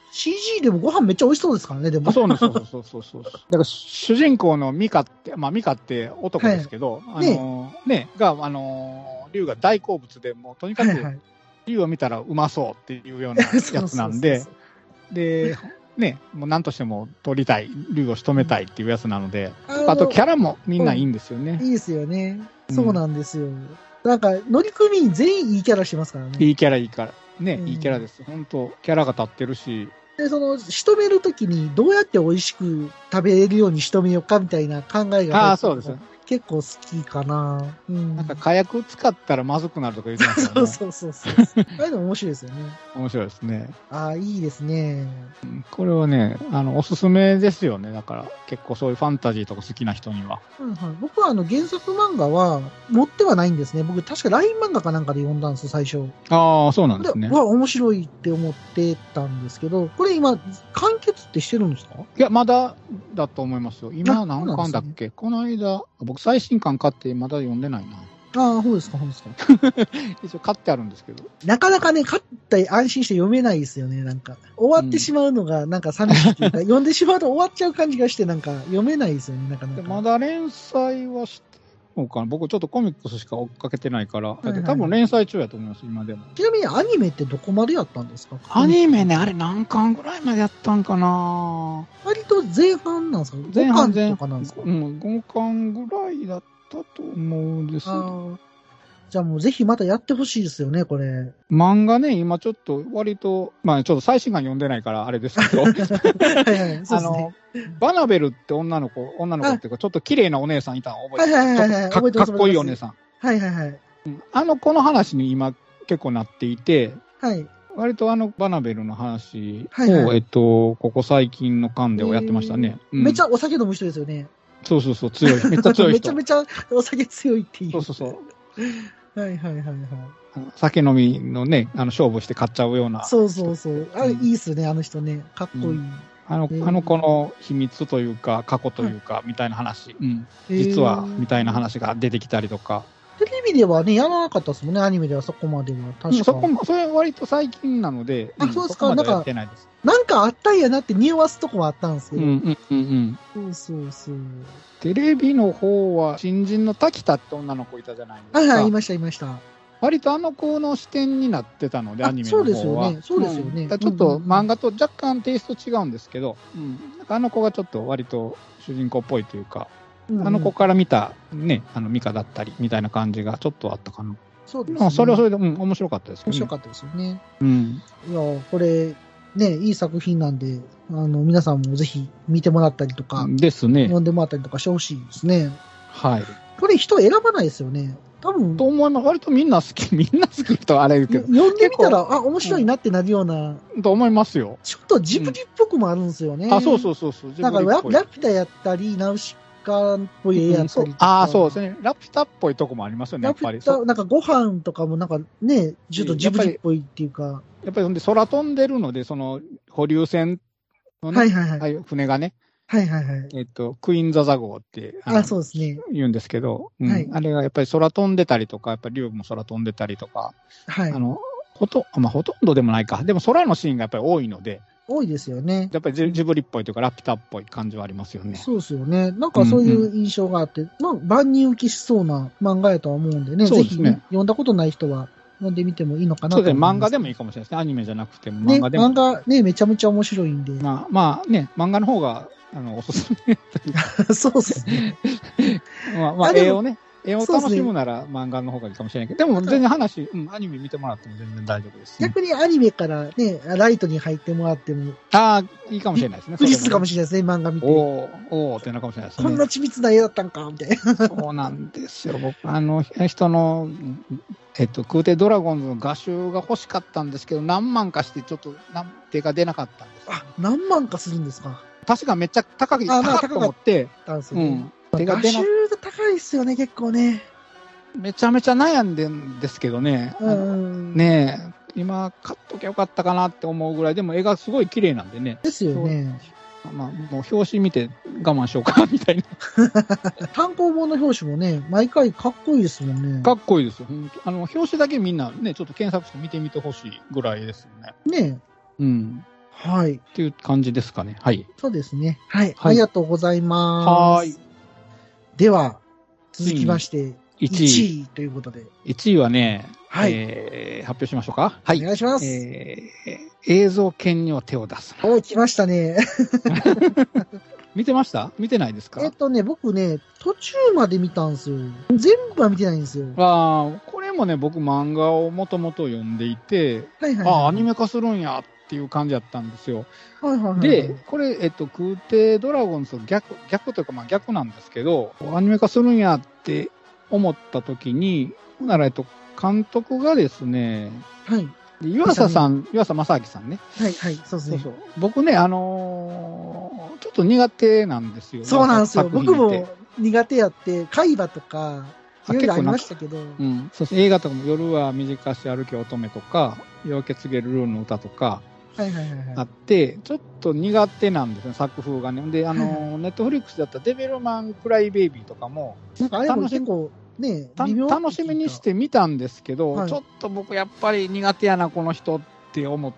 CG でもご飯めっちゃ美味しそうですからね、でも。 そうなんですよ。そう。だから主人公のミカって、ミカって男ですけど、が、竜が大好物で、もうとにかく、竜を見たらうまそうっていうようなやつなんで、で、ね、もう何としても取りたい、竜を仕留めたいっていうやつなので、あとキャラもみんないいんですよね。 いいですよね。そうなんですよ。なんか、乗組員全員いいキャラしてますからね。 いいキャラ。ね、いいキャラです。本当キャラが立ってるし。で、 仕留めるときにどうやって美味しく食べれるように仕留めようかみたいな考えが。 そうです。 結構好きかな。 なんか火薬使ったらまずくなるとか言ってますよね。 そう。あれでも面白いですよね。 面白いですね。 いいですね。 これはね、おすすめですよね。だから、結構そういうファンタジーとか好きな人には。 僕は原作漫画は持ってはないんですね。僕確か LINE 漫画かなんかで読んだんですよ、最初。 ああ、そうなんですね。 面白いって思ってたんですけど、これ今、完結ってしてるんですか？ いや、まだだと思いますよ。今何巻だっけ？この間、僕最新巻買ってまだ読んでないな。 そうですか。 一応買ってあるんですけど。 なかなかね、買って安心して読めないですよね、なんか。終わってしまうのが、なんか寂しいというか、読んでしまうと終わっちゃう感じがして、なんか読めないですよね、なかなか。 まだ連載はしてるのかな。僕ちょっとコミックスしか追っかけてないから、多分連載中やと思います、今でも。 ちなみにアニメってどこまでやったんですか？ アニメね、あれ何巻ぐらいまでやったんかな。 割と前半なんですか？前半とかなんですか ？5巻ぐらいだったと思うんです。 じゃあもうぜひまたやってほしいですよね、これ。 漫画ね、今ちょっと割と、ちょっと最新刊読んでないからあれですけど、バナベルって女の子っていうか、ちょっと綺麗なお姉さんいたの覚えてます？かっこいいお姉さん。あの子の話に今結構なっていて、割とバナベルの話を、ここ最近の巻でをやってましたね。 めっちゃお酒飲む人ですよね。 そう、強い。めっちゃ強い人。 めちゃめちゃお酒強いっていう。 そう。 はい。 酒飲みのね、勝負して買っちゃうような。 そう。あれ、いいっすね、あの人ね。かっこいい。 あの子の秘密というか、過去というか、みたいな話。実は、みたいな話が出てきたりとか。 テレビではね、やらなかったですもんね、アニメではそこまでは。確かそれは割と最近なので、 そうですか、 なんか、 なんかあったんやなって匂わすとこはあったんですけど。そう。 テレビの方は、新人の滝田って女の子いたじゃないですか。 いました。 割とあの子の視点になってたので、アニメの方は。 そうですよね。 ちょっと漫画と若干テイスト違うんですけど、あの子がちょっと割と主人公っぽいというか、あの子から見たね、ミカだったりみたいな感じがちょっとあったかな。 そうですね。 それはそれで、面白かったですね。 面白かったですよね。いや、これ、ね、いい作品なんで、皆さんもぜひ見てもらったりとか、 ですね。 読んでもらったりとかしてほしいですね。 はい。 これ人選ばないですよね。多分。 と思います。割とみんな好きとあれけど。 読んでみたら、面白いなってなるような。 と思いますよ。 ちょっとジブリっぽくもあるんですよね。 そう。 なんかラピュタやったり、ナウシカっぽい絵やったりとか。 そうですね。ラピュタっぽいとこもありますよね、やっぱり。 なんかご飯とかもなんかね、ちょっとジブリっぽいっていうか。 やっぱり空飛んでるので、その保留船のね、船がね。クイーンザザ号ってそうですね。 言うんですけど、あれがやっぱり空飛んでたりとか、やっぱり竜も空飛んでたりとか、ほとんどでもないか。でも空のシーンがやっぱり多いので。 多いですよね。 やっぱりジブリっぽいというか、ラピュタっぽい感じはありますよね。 そうですよね。なんかそういう印象があって、万人受けしそうな漫画やとは思うんでね、ぜひ読んだことない人は読んでみてもいいのかなと思います。そうですね。 漫画でもいいかもしれないですね。アニメじゃなくても漫画でも。 漫画ね、めちゃめちゃ面白いんで。 まあね、漫画の方が、おすすめ。 そうですね。 絵をね、 絵を楽しむなら漫画の方がいいかもしれないけど、でも全然話、アニメ見てもらっても全然大丈夫です、 逆にアニメからね、ライトに入ってもらっても。 ああ、いいかもしれないですね。 びっくりするかもしれないですね、漫画見て。 おーってなるかもしれないですね。 こんな緻密な絵だったんか、みたいな。 そうなんですよ。僕、人の、空挺ドラゴンズの画集が欲しかったんですけど、何万かしてちょっと手が出なかったんです。 あ、何万かするんですか。 確かめっちゃ高いと思って、 手が出なかった。画集が高いですよね、結構ね。 めちゃめちゃ悩んでんですけどね。ねえ、今買っときゃよかったかなって思うぐらい、でも絵がすごい綺麗なんでね。 ですよね。 まあ、もう表紙見て我慢しようかみたいな。 単行本の表紙もね、毎回かっこいいですもんね。 かっこいいですよ。表紙だけみんなね、ちょっと検索して見てみてほしいぐらいですよね。 ねえ。うん。はい。 っていう感じですかね。はい。 そうですね。はい。ありがとうございます。はい。では、続きまして、1位ということで。 1位はね、 はい。 発表しましょうか。はい。 お願いします。 映像権には手を出す。 来ましたね。 見てました？見てないですか？ 僕ね、途中まで見たんですよ。全部は見てないんですよ。 これもね、僕漫画をもともと読んでいて、アニメ化するんやっていう感じだったんですよ。で、これ、空挺ドラゴンズと逆というか、まあ逆なんですけど、アニメ化するんやって思った時に、なら、監督がですね、 はい。 湯浅正明さんね。 はい、はい、そうですね。 僕ね、ちょっと苦手なんですよ。 そうなんですよ。僕も苦手やって、海馬とか、いろいろありましたけど。 そうですね。映画とかも夜は短し歩き乙女とか、夜明け告げるルーの歌とか、あって、ちょっと苦手なんですね、作風がね。で、ネットフリックスだったデビルマン・クライ・ベイビーとかも、 なんかあれも結構、ね、 楽しみにして見たんですけど、ちょっと僕やっぱり苦手やな、この人って思って、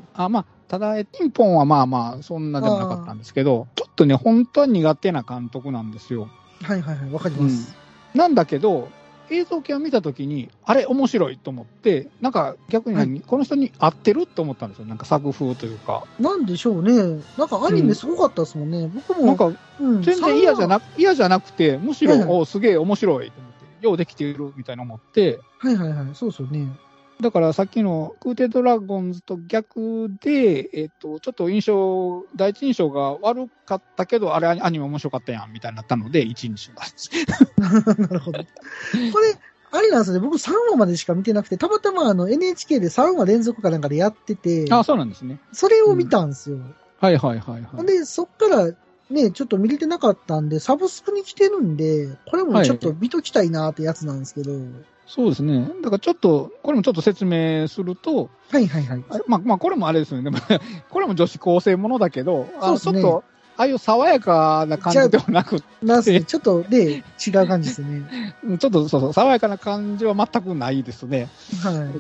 まあ、ただ、ピンポンはまあまあ、そんなでもなかったんですけど、ちょっとね、本当は苦手な監督なんですよ。 はいはいはい、わかります。 なんだけど、映像系を見たときに、あれ面白いと思って、なんか逆にこの人に合ってると思ったんですよ。なんか作風というか。 なんでしょうね。なんかアニメすごかったですもんね。僕も。 なんか、全然嫌じゃなくて、むしろ、すげえ面白いと思って、ようできているみたいな思って。 はいはいはい、そうですよね。 だからさっきの空挺ドラゴンズと逆で、ちょっと第一印象が悪かったけど、あれアニメ面白かったやんみたいになったので、1位にします。 なるほど。これ、あれなんですね、僕3話までしか見てなくて、たまたまNHK で3話連続かなんかでやってて、 そうなんですね。 それを見たんですよ。 はいはいはいはい。 で、そっからね、ちょっと見れてなかったんで、サブスクに来てるんで、これもちょっと見ときたいなってやつなんですけど、 そうですね。だからこれもちょっと説明すると、 はいはいはい。 まあこれもあれですよね。これも女子高生ものだけど、 そうですね。 ちょっと、ああいう爽やかな感じではなくて。 ちょっとね、違う感じですね。 ちょっとそう、爽やかな感じは全くないですね。 はい。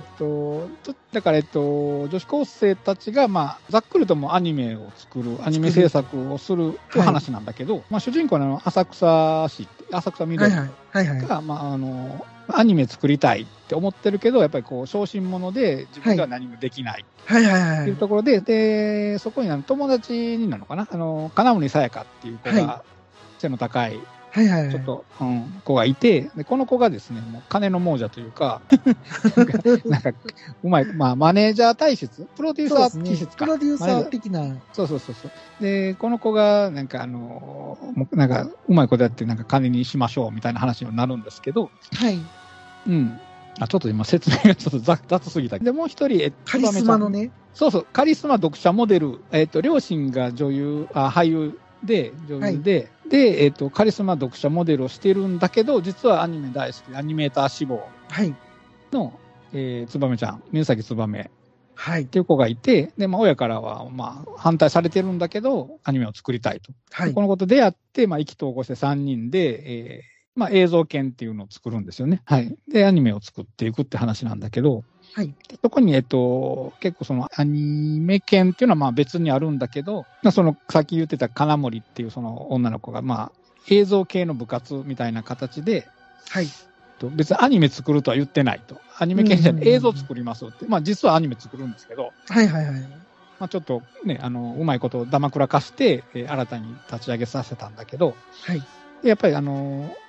だから女子高生たちが、まあ、ざっくりともアニメを作る、アニメ制作をするという話なんだけど、まあ主人公の浅草緑が、まあアニメ作りたいって思ってるけど、やっぱり小心者で自分では何もできない。っていうところで、そこに友達になるのかな金森さやかっていう子が、背の高い、ちょっと、子がいて、で、この子がですね、もう金の亡者というか、なんか、うまい、まあ、マネージャー体質プロデューサー体質か。 プロデューサー的な。 そう。で、この子が、なんかうまいことやって、なんか金にしましょうみたいな話になるんですけど、 はい。 ちょっと今説明がちょっと雑すぎた。で、もう一人、 カリスマのね。 そう、カリスマ読者モデル、両親が俳優で、女優で、で、カリスマ読者モデルをしてるんだけど、実はアニメ大好きで、アニメーター志望の、つばめちゃん、水崎つばめ。っていう子がいて、で、まあ、親からは、まあ、反対されてるんだけど、アニメを作りたいと。この子と出会って、まあ、意気投合して3人で、まあ、映像犬っていうのを作るんですよね。で、アニメを作っていくって話なんだけど、そこに、結構そのアニメ犬っていうのはまあ別にあるんだけど、さっき言ってた金森っていうその女の子が、まあ、映像系の部活みたいな形で、別にアニメ作るとは言ってないと。アニメ犬じゃない、映像作りますって。まあ、実はアニメ作るんですけど、まあ、ちょっとね、うまいことをだまくらかして、新たに立ち上げさせたんだけど、やっぱり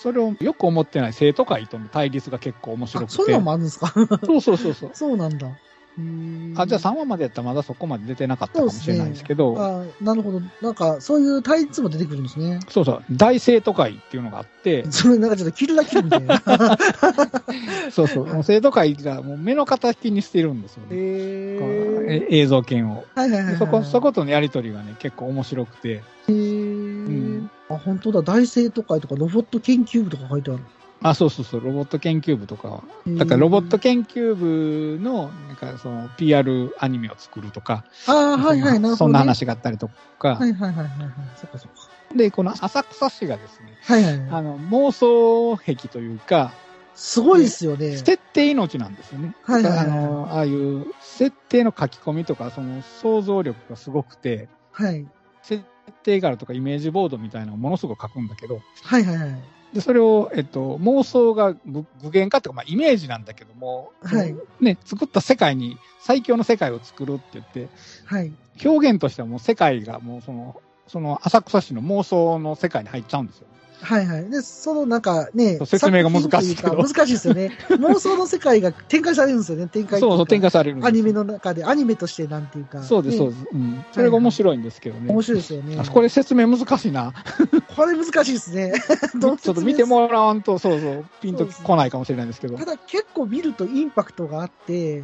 それをよく思ってない生徒会との対立が結構面白くて。 そういうのもあるんですか？ そうそうそうそう。 そうなんだ。 じゃあ3話までやったらまだそこまで出てなかったかもしれないですけど。 なるほど。なんか、そういう対立も出てくるんですね。 そうそう。大生徒会っていうのがあって。 それなんかちょっとキルラキルみたいな。 そうそう。もう生徒会がもう目の敵にしてるんですよね。映像権を。 はいはいはい、 はい。そことのやりとりがね、結構面白くて。 本当だ。大生徒会とかロボット研究部とか書いてある。 そうそうそう、ロボット研究部とか。だからロボット研究部の、なんかその PR アニメを作るとか。 はいはい、なるほど、ね。 そんな話があったりとか。 はいはいはいはい。そっかそっか。 で、この浅草市がですね、 はいはい、 妄想癖というか、 すごいですよね。 設定命なんですよね。 はいはい、はい。 ああいう設定の書き込みとか、その想像力がすごくて、 はい。 設定柄とかイメージボードみたいなのをものすごく書くんだけど、 はいはいはい。 で、それを、妄想が具現化っていうか、イメージなんだけども、 はい。 ね、作った世界に、最強の世界を作るって言って、 はい。 表現としてはもう世界がもうその浅草市の妄想の世界に入っちゃうんですよ。 はいはい。で、なんかね、 説明が難しいけど。 難しいですよね。妄想の世界が展開されるんですよね、展開。 そうそう、展開されるんです。 アニメの中で、アニメとしてなんていうか。 そうです、そうです。うん。それが面白いんですけどね。 面白いですよね。 これ説明難しいな。 これ難しいですね。 ちょっと見てもらわんと、そうそう、ピンと来ないかもしれないんですけど。 ただ結構見るとインパクトがあって、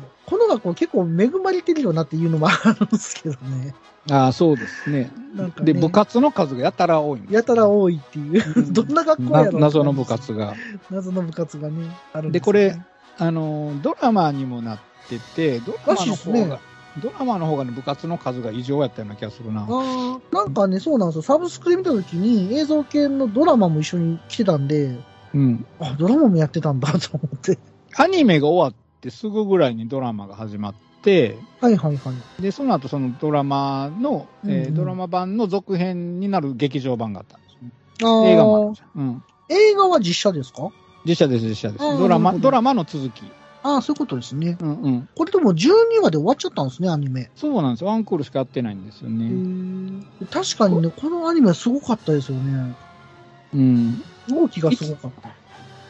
この学校結構恵まれてるよなっていうのもあるんですけどね。 そうですね。で、部活の数がやたら多いんです。 やたら多いっていう。どんな学校やろう。 謎の部活が。 謎の部活がね、あるんです。 で、これ、ドラマにもなってて、ドラマの方がね、部活の数が異常やったような気がするな。 なんかね、そうなんですよ。サブスクで見たときに映像系のドラマも一緒に来てたんで、ドラマもやってたんだと思って。 アニメが終わってすぐぐらいにドラマが始まって、 はいはいはい。 で、その後そのドラマの、ドラマ版の続編になる劇場版があったんですね。映画もあるじゃん。 映画は実写ですか？ 実写です、実写です。ドラマの続き。 そういうことですね。これでも12話で終わっちゃったんですね、アニメ。 そうなんですよ。ワンクールしかやってないんですよね。 確かにね、このアニメはすごかったですよね。動きがすごかった。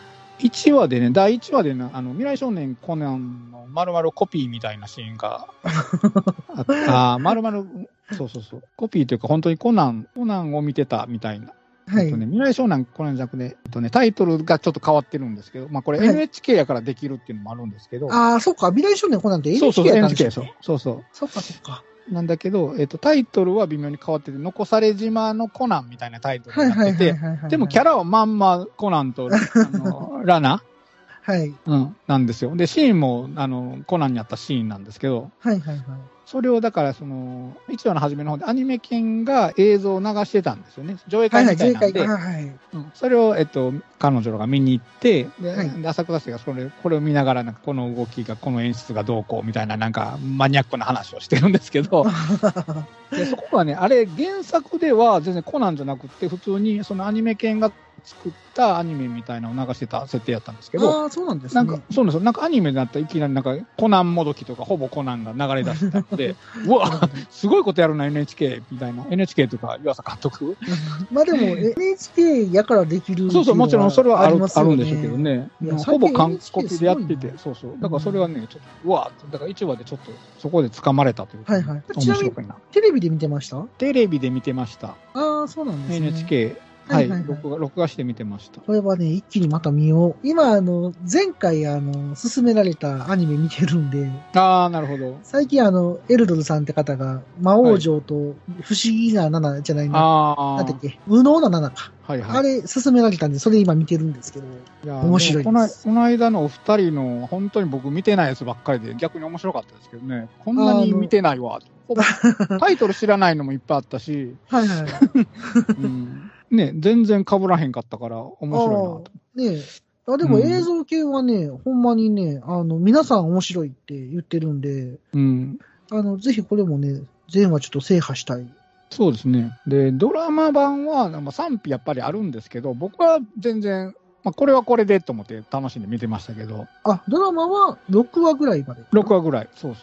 1話でね、第1話でね、未来少年コナンの丸々コピーみたいなシーンが丸々、そうそうそう。コピーというか本当にコナンを見てたみたいな。未来少年コナンじゃなくて、タイトルがちょっと変わってるんですけど、これ NHK やからできるっていうのもあるんですけど。 そうか、未来少年コナンって NHK やったんですよ。 そうそう。 そっかそっか。 なんだけど、タイトルは微妙に変わってて、残され島のコナンみたいなタイトルになってて、でもキャラはまんまコナンとラナなんですよ。で、シーンも、コナンにあったシーンなんですけど、それをだから、1話の初めの方でアニメ犬が映像を流してたんですよね。上映会みたいなんで、それを、彼女らが見に行って、で、浅草市がこれを見ながら、なんかこの動きが、この演出がどうこうみたいな、なんかマニアックな話をしてるんですけど、でそこはね、あれ、原作では全然コナンじゃなくて、普通にそのアニメ犬が作ったアニメみたいなのを流してた設定やったんですけど、 そうなんですね。 そうなんですよ。なんかアニメだったらいきなりなんかコナンもどきとかほぼコナンが流れ出したので、うわ、すごいことやるな NHK みたいな。NHK とか湯浅監督。 でも NHK やからできる。 そうそう、もちろんそれはあるんでしょうけどね。ほぼ完コピでやってて、そうそう。だからそれはね、ちょっと、うわ、だから1話でちょっとそこで掴まれたというか、面白いな。 テレビで見てました？ テレビで見てました。 そうなんですね。 NHK。はい、録画して見てました。 これはね、一気にまた見よう。今、前回、勧められたアニメ見てるんで。 なるほど。 最近、エルドルさんって方が、魔王城と不思議な7じゃないな。なんだっけ、無能な7か。あれ、勧められたんで、それ今見てるんですけど。面白いです。 この間のお二人の、本当に僕見てないやつばっかりで、逆に面白かったですけどね。こんなに見てないわ。タイトル知らないのもいっぱいあったし。ね、全然被らへんかったから面白いなと。 でも映像系はね、ほんまにね、皆さん面白いって言ってるんで、ぜひこれもね、全話ちょっと制覇したい。 そうですね。で、ドラマ版は賛否やっぱりあるんですけど、僕は全然、これはこれでと思って楽しんで見てましたけど。 ドラマは6話ぐらいまで。 6話ぐらい。そうそうそう。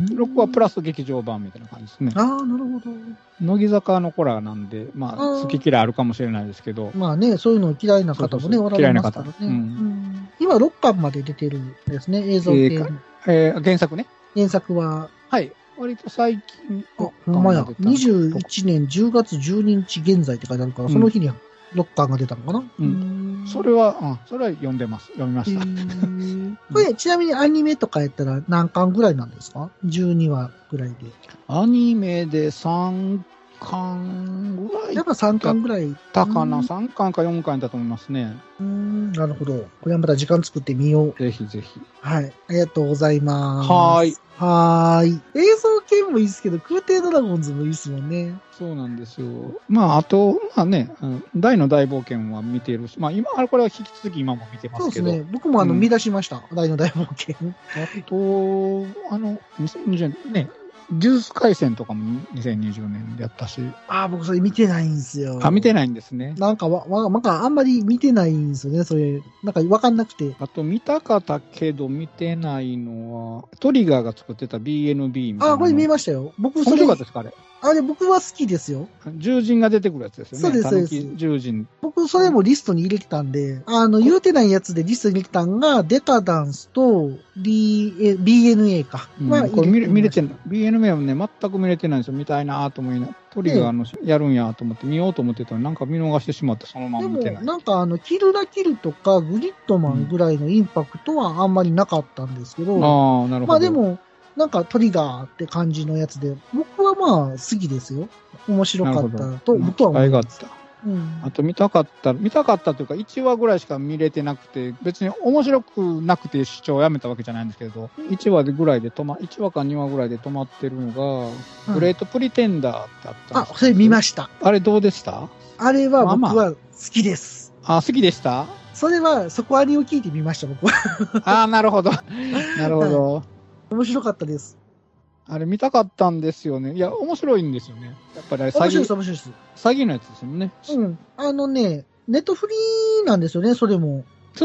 6はプラス劇場版みたいな感じですね。 ああ、なるほど。 乃木坂の子らなんで、まあ、好き嫌いあるかもしれないですけど。 まあね、そういうの嫌いな方もね、おられますからね。今6巻まで出てるんですね、映像系。 原作ね。 原作は。 はい。割と最近。 ほんまや。21年10月12日現在って書いてあるから、その日に6巻が出たのかな。 それは読んでます。読みました。 これ、ちなみにアニメとかやったら何巻ぐらいなんですか ?12 話ぐらいで。 アニメで3巻ぐらい。 やっぱ3巻ぐらい。 だかな、3巻か4巻だと思いますね。 なるほど。これはまた時間作ってみよう。 ぜひぜひ。 はい。ありがとうございます。 はーい。 映像系もいいですけど、空挺ドラゴンズもいいですもんね。 そうなんですよ。まあ、あと、まあね、大の大冒険は見てるし、まあ今、これは引き続き今も見てますけど。 そうですね。僕も見出しました。大の大冒険。 あと、2020年ね、呪術廻戦とかも2020年でやったし。 僕それ見てないんですよ。 見てないんですね。 なんかあんまり見てないんですよね、それ。なんかわかんなくて。 あと見たかったけど見てないのは、トリガーが作ってた BNB みたいな。 これ見ましたよ。僕それ。面白かったですか、あれ。 あれ僕は好きですよ。 獣人が出てくるやつですよね。 そうです、そうです。 獣人。 僕それもリストに入れてたんで、言うてないやつでリストに入れてたんが、デカダンスと、BNA か。 これ見れてない。BNA はね、全く見れてないんですよ。見たいなと思いながら。トリガーやるんやと思って見ようと思ってたら、なんか見逃してしまって、そのまま見てない。 でも、なんかキルラキルとか、グリッドマンぐらいのインパクトはあんまりなかったんですけど、 なるほど。 でも、なんかトリガーって感じのやつで、僕は好きですよ。面白かったと僕は思います。あと見たかったというか、1話ぐらいしか見れてなくて、別に面白くなくて視聴をやめたわけじゃないんですけど、1話ぐらいで1話か2話ぐらいで止まってるのが、グレートプリテンダーってあったんです。 それ見ました。 あれどうでした？ あれは僕は好きです。 好きでした？ それは、そこアニを聞いてみました、僕は。 なるほど。なるほど。 面白かったです。 あれ見たかったんですよね。いや、面白いんですよね。やっぱりあれ面白いです、面白いです。 詐欺のやつですよね。 ネットフリーなんですよね、それも。 そう。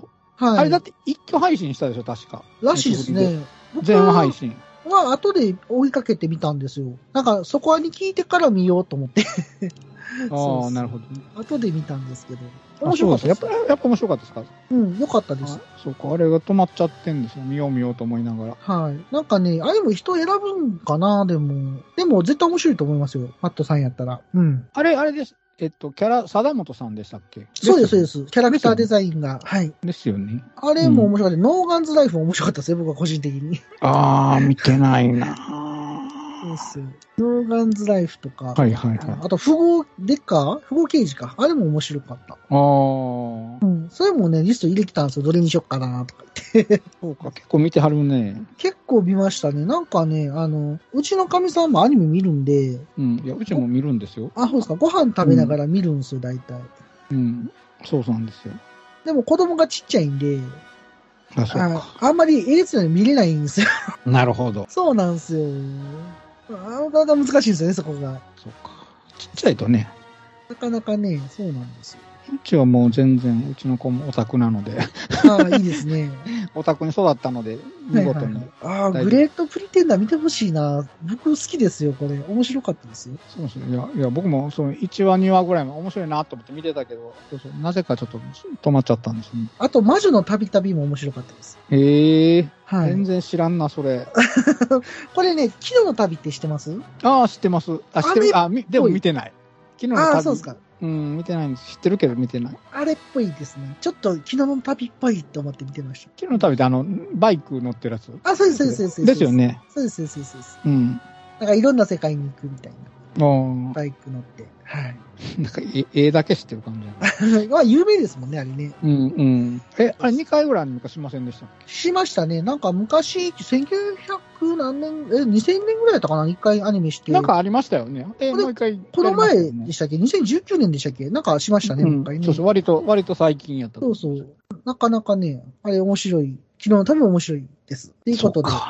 はい。あれだって一挙配信したでしょ、確か。 らしいですね。 全話配信。 後で追いかけてみたんですよ。なんか、そこに聞いてから見ようと思って。 なるほど。 後で見たんですけど。 面白かったです。やっぱ面白かったですか？ よかったです。 そうか、あれが止まっちゃってんですよ。見ようと思いながら。 はい。なんかね、あれも人選ぶんかな、でも絶対面白いと思いますよ。マットさんやったら。 あれです。貞本さんでしたっけ？ そうです。キャラクターデザインが。はい。 ですよね。 あれも面白かった。ノーガンズライフも面白かったですよ、僕は個人的に。 見てないなですよ。ノーガンズライフとか。 はい。 あと、富豪刑事か。あれも面白かった。それもね、リスト入れてたんですよ。どれにしよっかなとか言って。 そうか、結構見てはるね。 結構見ましたね。なんかね、うちのかみさんもアニメ見るんで。 いや、うちも見るんですよ。 そうですか。ご飯食べながら見るんですよ、大体。 そうなんですよ。 でも子供がちっちゃいんで、 そうか。 あんまりえげつないの見れないんですよ。 なるほど。 そうなんですよ。なかなか難しいんですよね、そこが。 そうか。ちっちゃいとね。 なかなかね、そうなんですよ。 うちはもう全然、うちの子もオタクなので。 いいですね。 オタクに育ったので、見事に。 グレートプリテンダー見てほしいな。僕好きですよ、これ。面白かったですよ。 そうですね。いや、僕も1話、2話ぐらいも面白いなと思って見てたけど、なぜかちょっと止まっちゃったんですね。 あと、魔女の旅々も面白かったです。 全然知らんな、それ。 これね、昨日の旅って知ってます？ 知ってます。知ってる。でも見てない。昨日の旅。 そうですか。 見てないんです。知ってるけど見てない。 あれっぽいですね。ちょっと昨日の旅っぽいと思って見てました。 昨日の旅ってバイク乗ってるやつ？ そうです。 ですよね。 そうです。なんかいろんな世界に行くみたいな。バイク乗って。はい。 なんか絵だけ知ってる感じ。 有名ですもんね、あれね。 あれ2回ぐらいにしませんでしたっけ？ しましたね。なんか昔、1900何年、2000年ぐらいだったかな、1回アニメして。 なんかありましたよね。もう一回。 この前でしたっけ ?2019 年でしたっけなんかしましたね、もう一回ね。 そう、割と最近やった。 そう。なかなかね、あれ面白い。昨日の旅も面白いです。ということで。お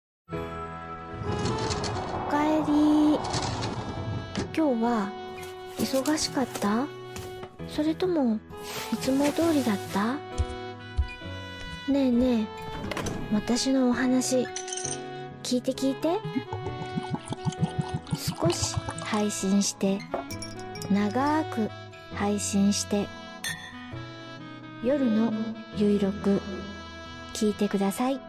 かえり。今日は忙しかった？それともいつも通りだった？ねえねえ、私のお話聞いて少し配信して長く配信して夜のゆいろく聞いてください。 暴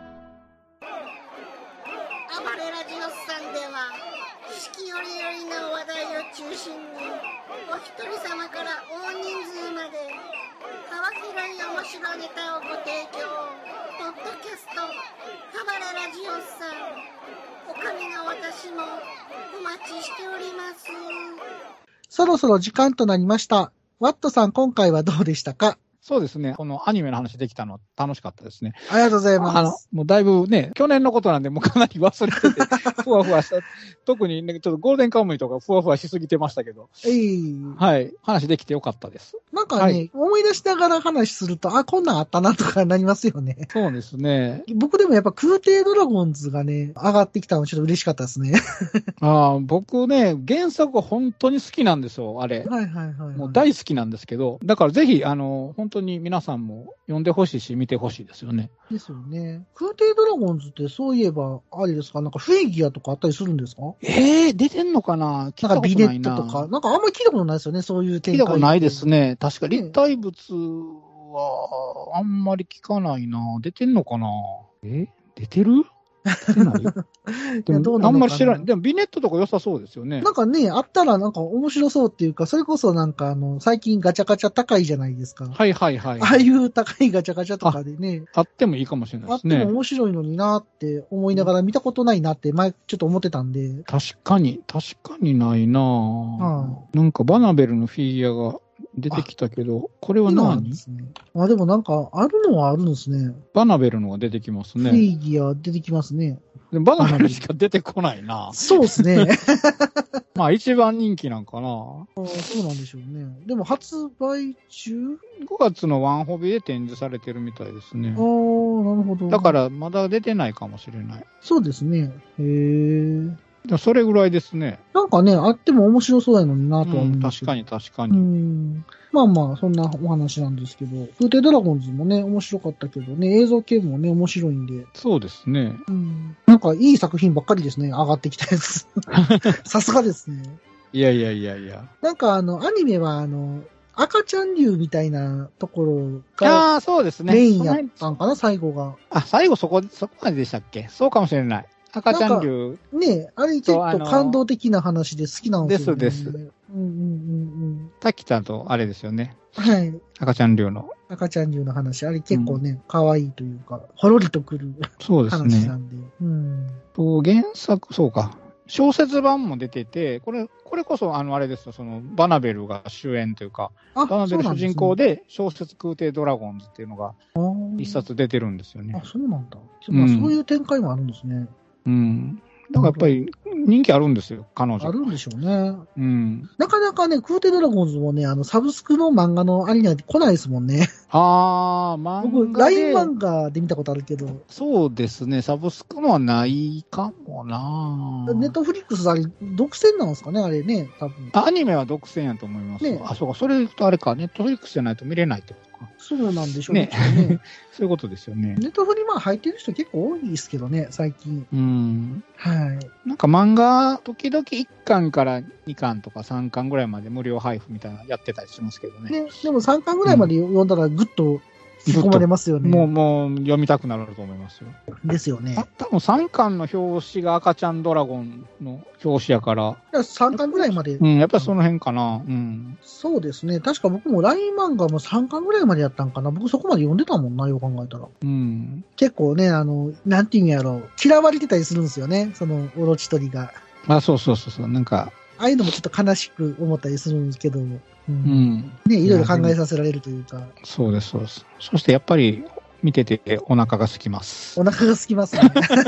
れラジオスさんでは四季折々の話題を中心にお一人様から大人数まで幅広い面白いネタをご提供。ポッドキャスト暴れラジオスさん、おかみの私もお待ちしております。 そろそろ時間となりました。ワットさん、今回はどうでしたか？ そうですね。このアニメの話できたの楽しかったですね。 ありがとうございます。 もうだいぶね、去年のことなんで、もうかなり忘れてて、ふわふわした。特にね、ちょっとゴールデンカムイとかふわふわしすぎてましたけど。はい。話できてよかったです。 なんかね、はい、思い出しながら話すると、あ、こんなんあったなとかなりますよね。 そうですね。 僕でもやっぱ空挺ドラゴンズがね、上がってきたのちょっと嬉しかったですね。 僕ね、原作本当に好きなんですよ、あれ。 はいはいはい、はい。 もう大好きなんですけど、だからぜひ、本当に皆さんも読んでほしいし、見てほしいですよね。 ですよね。空挺ドラゴンズってそういえば、あれですか、なんかフィギュアとかあったりするんですか？ 出てんのかな？ なんかビネットとか、なんかあんまり聞いたことないですよね、そういう展開。 聞いたことないですね。確か立体物はあんまり聞かないな。出てんのかな？出てる？出てないでもあんまり知らない。でもビネットとか良さそうですよね。 なんかね、あったらなんか面白そうっていうか、それこそなんか最近ガチャガチャ高いじゃないですか。 はいはいはい。 ああいう高いガチャガチャとかでね。 あってもいいかもしれないですね。 あっても面白いのになって思いながら見たことないなって前ちょっと思ってたんで。 確かにないなぁ。なんかバナベルのフィギュアが出てきたけど、これは何？ ですね。でもなんか、あるのはあるんですね。 バナベルのが出てきますね。 フィギュア出てきますね。 でバナベルしか出てこないな。 そうですね。 まあ一番人気なんかな。 そうなんでしょうね。でも発売中 ?5 月のワンホビで展示されてるみたいですね。 なるほど。 だからまだ出てないかもしれない。 そうですね。 それぐらいですね。 なんかね、あっても面白そうやのになとは思いますけど。 確かに。 まあまあ、そんなお話なんですけど、空挺ドラゴンズもね、面白かったけどね、映像系もね、面白いんで。 そうですね。 なんかいい作品ばっかりですね、上がってきたやつ。さすがですね。 いや。 なんかアニメは赤ちゃん竜みたいなところが、 そうですね。 メインやったんかな、最後が。 最後そこまででしたっけ？そうかもしれない。赤ちゃん竜。 ね、あれ結構感動的な話で好きなんですよね。 です。滝ちゃんとあれですよね。 はい。 赤ちゃん竜の話。あれ結構ね、可愛いというか、ほろりとくる話なんで。 原作、そうか。小説版も出てて、これこそあれですよ、バナベルが主演というか、バナベル主人公で小説空挺ドラゴンズっていうのが一冊出てるんですよね。 そうなんだ。そういう展開もあるんですね。 だからやっぱり人気あるんですよ、彼女。 あるんでしょうね。なかなかね、空挺ドラゴンズもね、サブスクの漫画のアニメに来ないですもんね。 漫画で。 僕、ライン漫画で見たことあるけど。 そうですね、サブスクのはないかもな。 ネットフリックスあれ、独占なんですかね、あれね、多分。 アニメは独占やと思います。ね、そうか、それとあれか、ネットフリックスじゃないと見れないってことか。 そうなんでしょうね。 そういうことですよね。 ネットフリ入ってる人結構多いですけどね、最近。はい。 なんか漫画、時々1巻から2巻とか3巻ぐらいまで無料配布みたいなのやってたりしますけどね。 でも3巻ぐらいまで読んだらぐっと引き込まれますよね。 もう読みたくなると思いますよ。 ですよね。 多分3巻の表紙が赤ちゃんドラゴンの表紙やから。 3巻ぐらいまで。 やっぱりその辺かな。 そうですね。確か僕も LINE 漫画も3巻ぐらいまでやったんかな。僕そこまで読んでたもんな、よう考えたら。結構ね、なんていうんやろう。嫌われてたりするんですよね。オロチ取りが。 そう。なんか。 ああいうのもちょっと悲しく思ったりするんですけど。ね、いろいろ考えさせられるというか。 そうです。そしてやっぱり見ててお腹が空きます。 お腹が空きますね。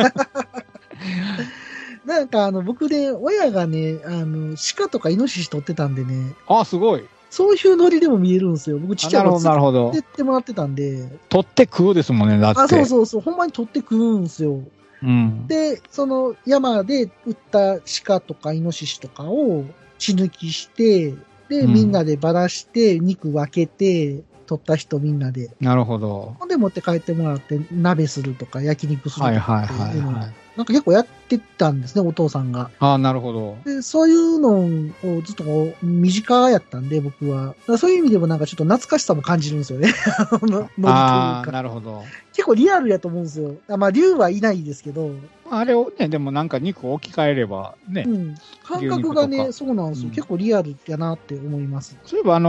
なんか僕ね、親がね、鹿とかイノシシ取ってたんでね。 すごい。 そういうノリでも見えるんですよ。僕ちっちゃい頃なるほど。 取ってもらってたんで。 取って食うですもんね、だって。 そう。ほんまに取って食うんですよ。で、山で撃った鹿とかイノシシとかを血抜きして、で、みんなでばらして、肉分けて、取った人みんなで。 なるほど。 ほんで持って帰ってもらって、鍋するとか焼肉するとかっていうのをなんか結構やってたんですね、お父さんが。 ああ、なるほど。 で、そういうのをずっとこう、身近やったんで、僕は。だからそういう意味でもなんかちょっと懐かしさも感じるんですよね。ノリというああ、 か。 なるほど。 結構リアルやと思うんですよ。まあ、竜はいないですけど。 あれをね、でもなんか肉置き換えればね。 うん。感覚がね、そうなんですよ。 うん、 結構リアルやなって思います。 そういえば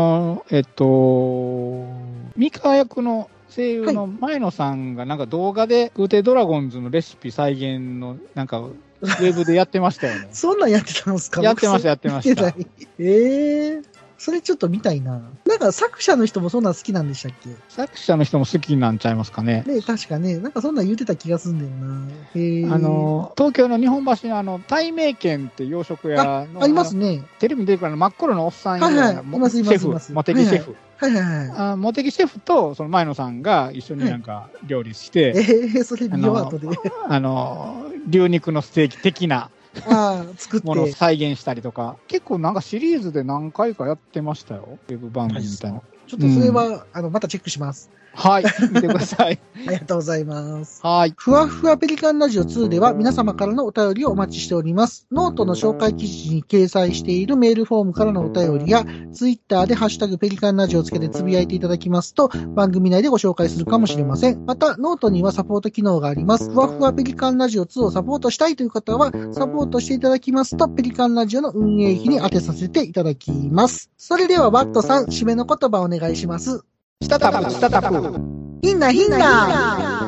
ミカ役の声優の前野さんがなんか動画で空挺ドラゴンズのレシピ再現のなんかウェブでやってましたよね。 そんなんやってたんですか？ やってました、やってました。 それちょっと見たいな。なんか作者の人もそんなん好きなんでしたっけ？ 作者の人も好きなんちゃいますかね。 ね、確かね。なんかそんなん言ってた気がすんだよな。 東京の日本橋の大名軒って洋食屋の。 ありますね。 テレビに出てくる真っ黒のおっさんはいはい。いますいますいます。 モテギシェフ。 はいはいはい。 モテギシェフとその前野さんが一緒になんか料理して。 それ見よう後で。 牛肉のステーキ的な。 作って。 ものを再現したりとか、結構なんかシリーズで何回かやってましたよ。ウェブ番組みたいな。 ちょっとそれは、またチェックします。 はい。見てください。 ありがとうございます。 はい。 ふわふわペリカンラジオ2では皆様からのお便りをお待ちしております。ノートの紹介記事に掲載しているメールフォームからのお便りや、ツイッターでハッシュタグペリカンラジオをつけてつぶやいていただきますと、番組内でご紹介するかもしれません。また、ノートにはサポート機能があります。ふわふわペリカンラジオ2をサポートしたいという方は、サポートしていただきますと、ペリカンラジオの運営費に当てさせていただきます。それでは、ワットさん、締めの言葉お願いします。 スタタプ、スタタプ。 ひんなひんな。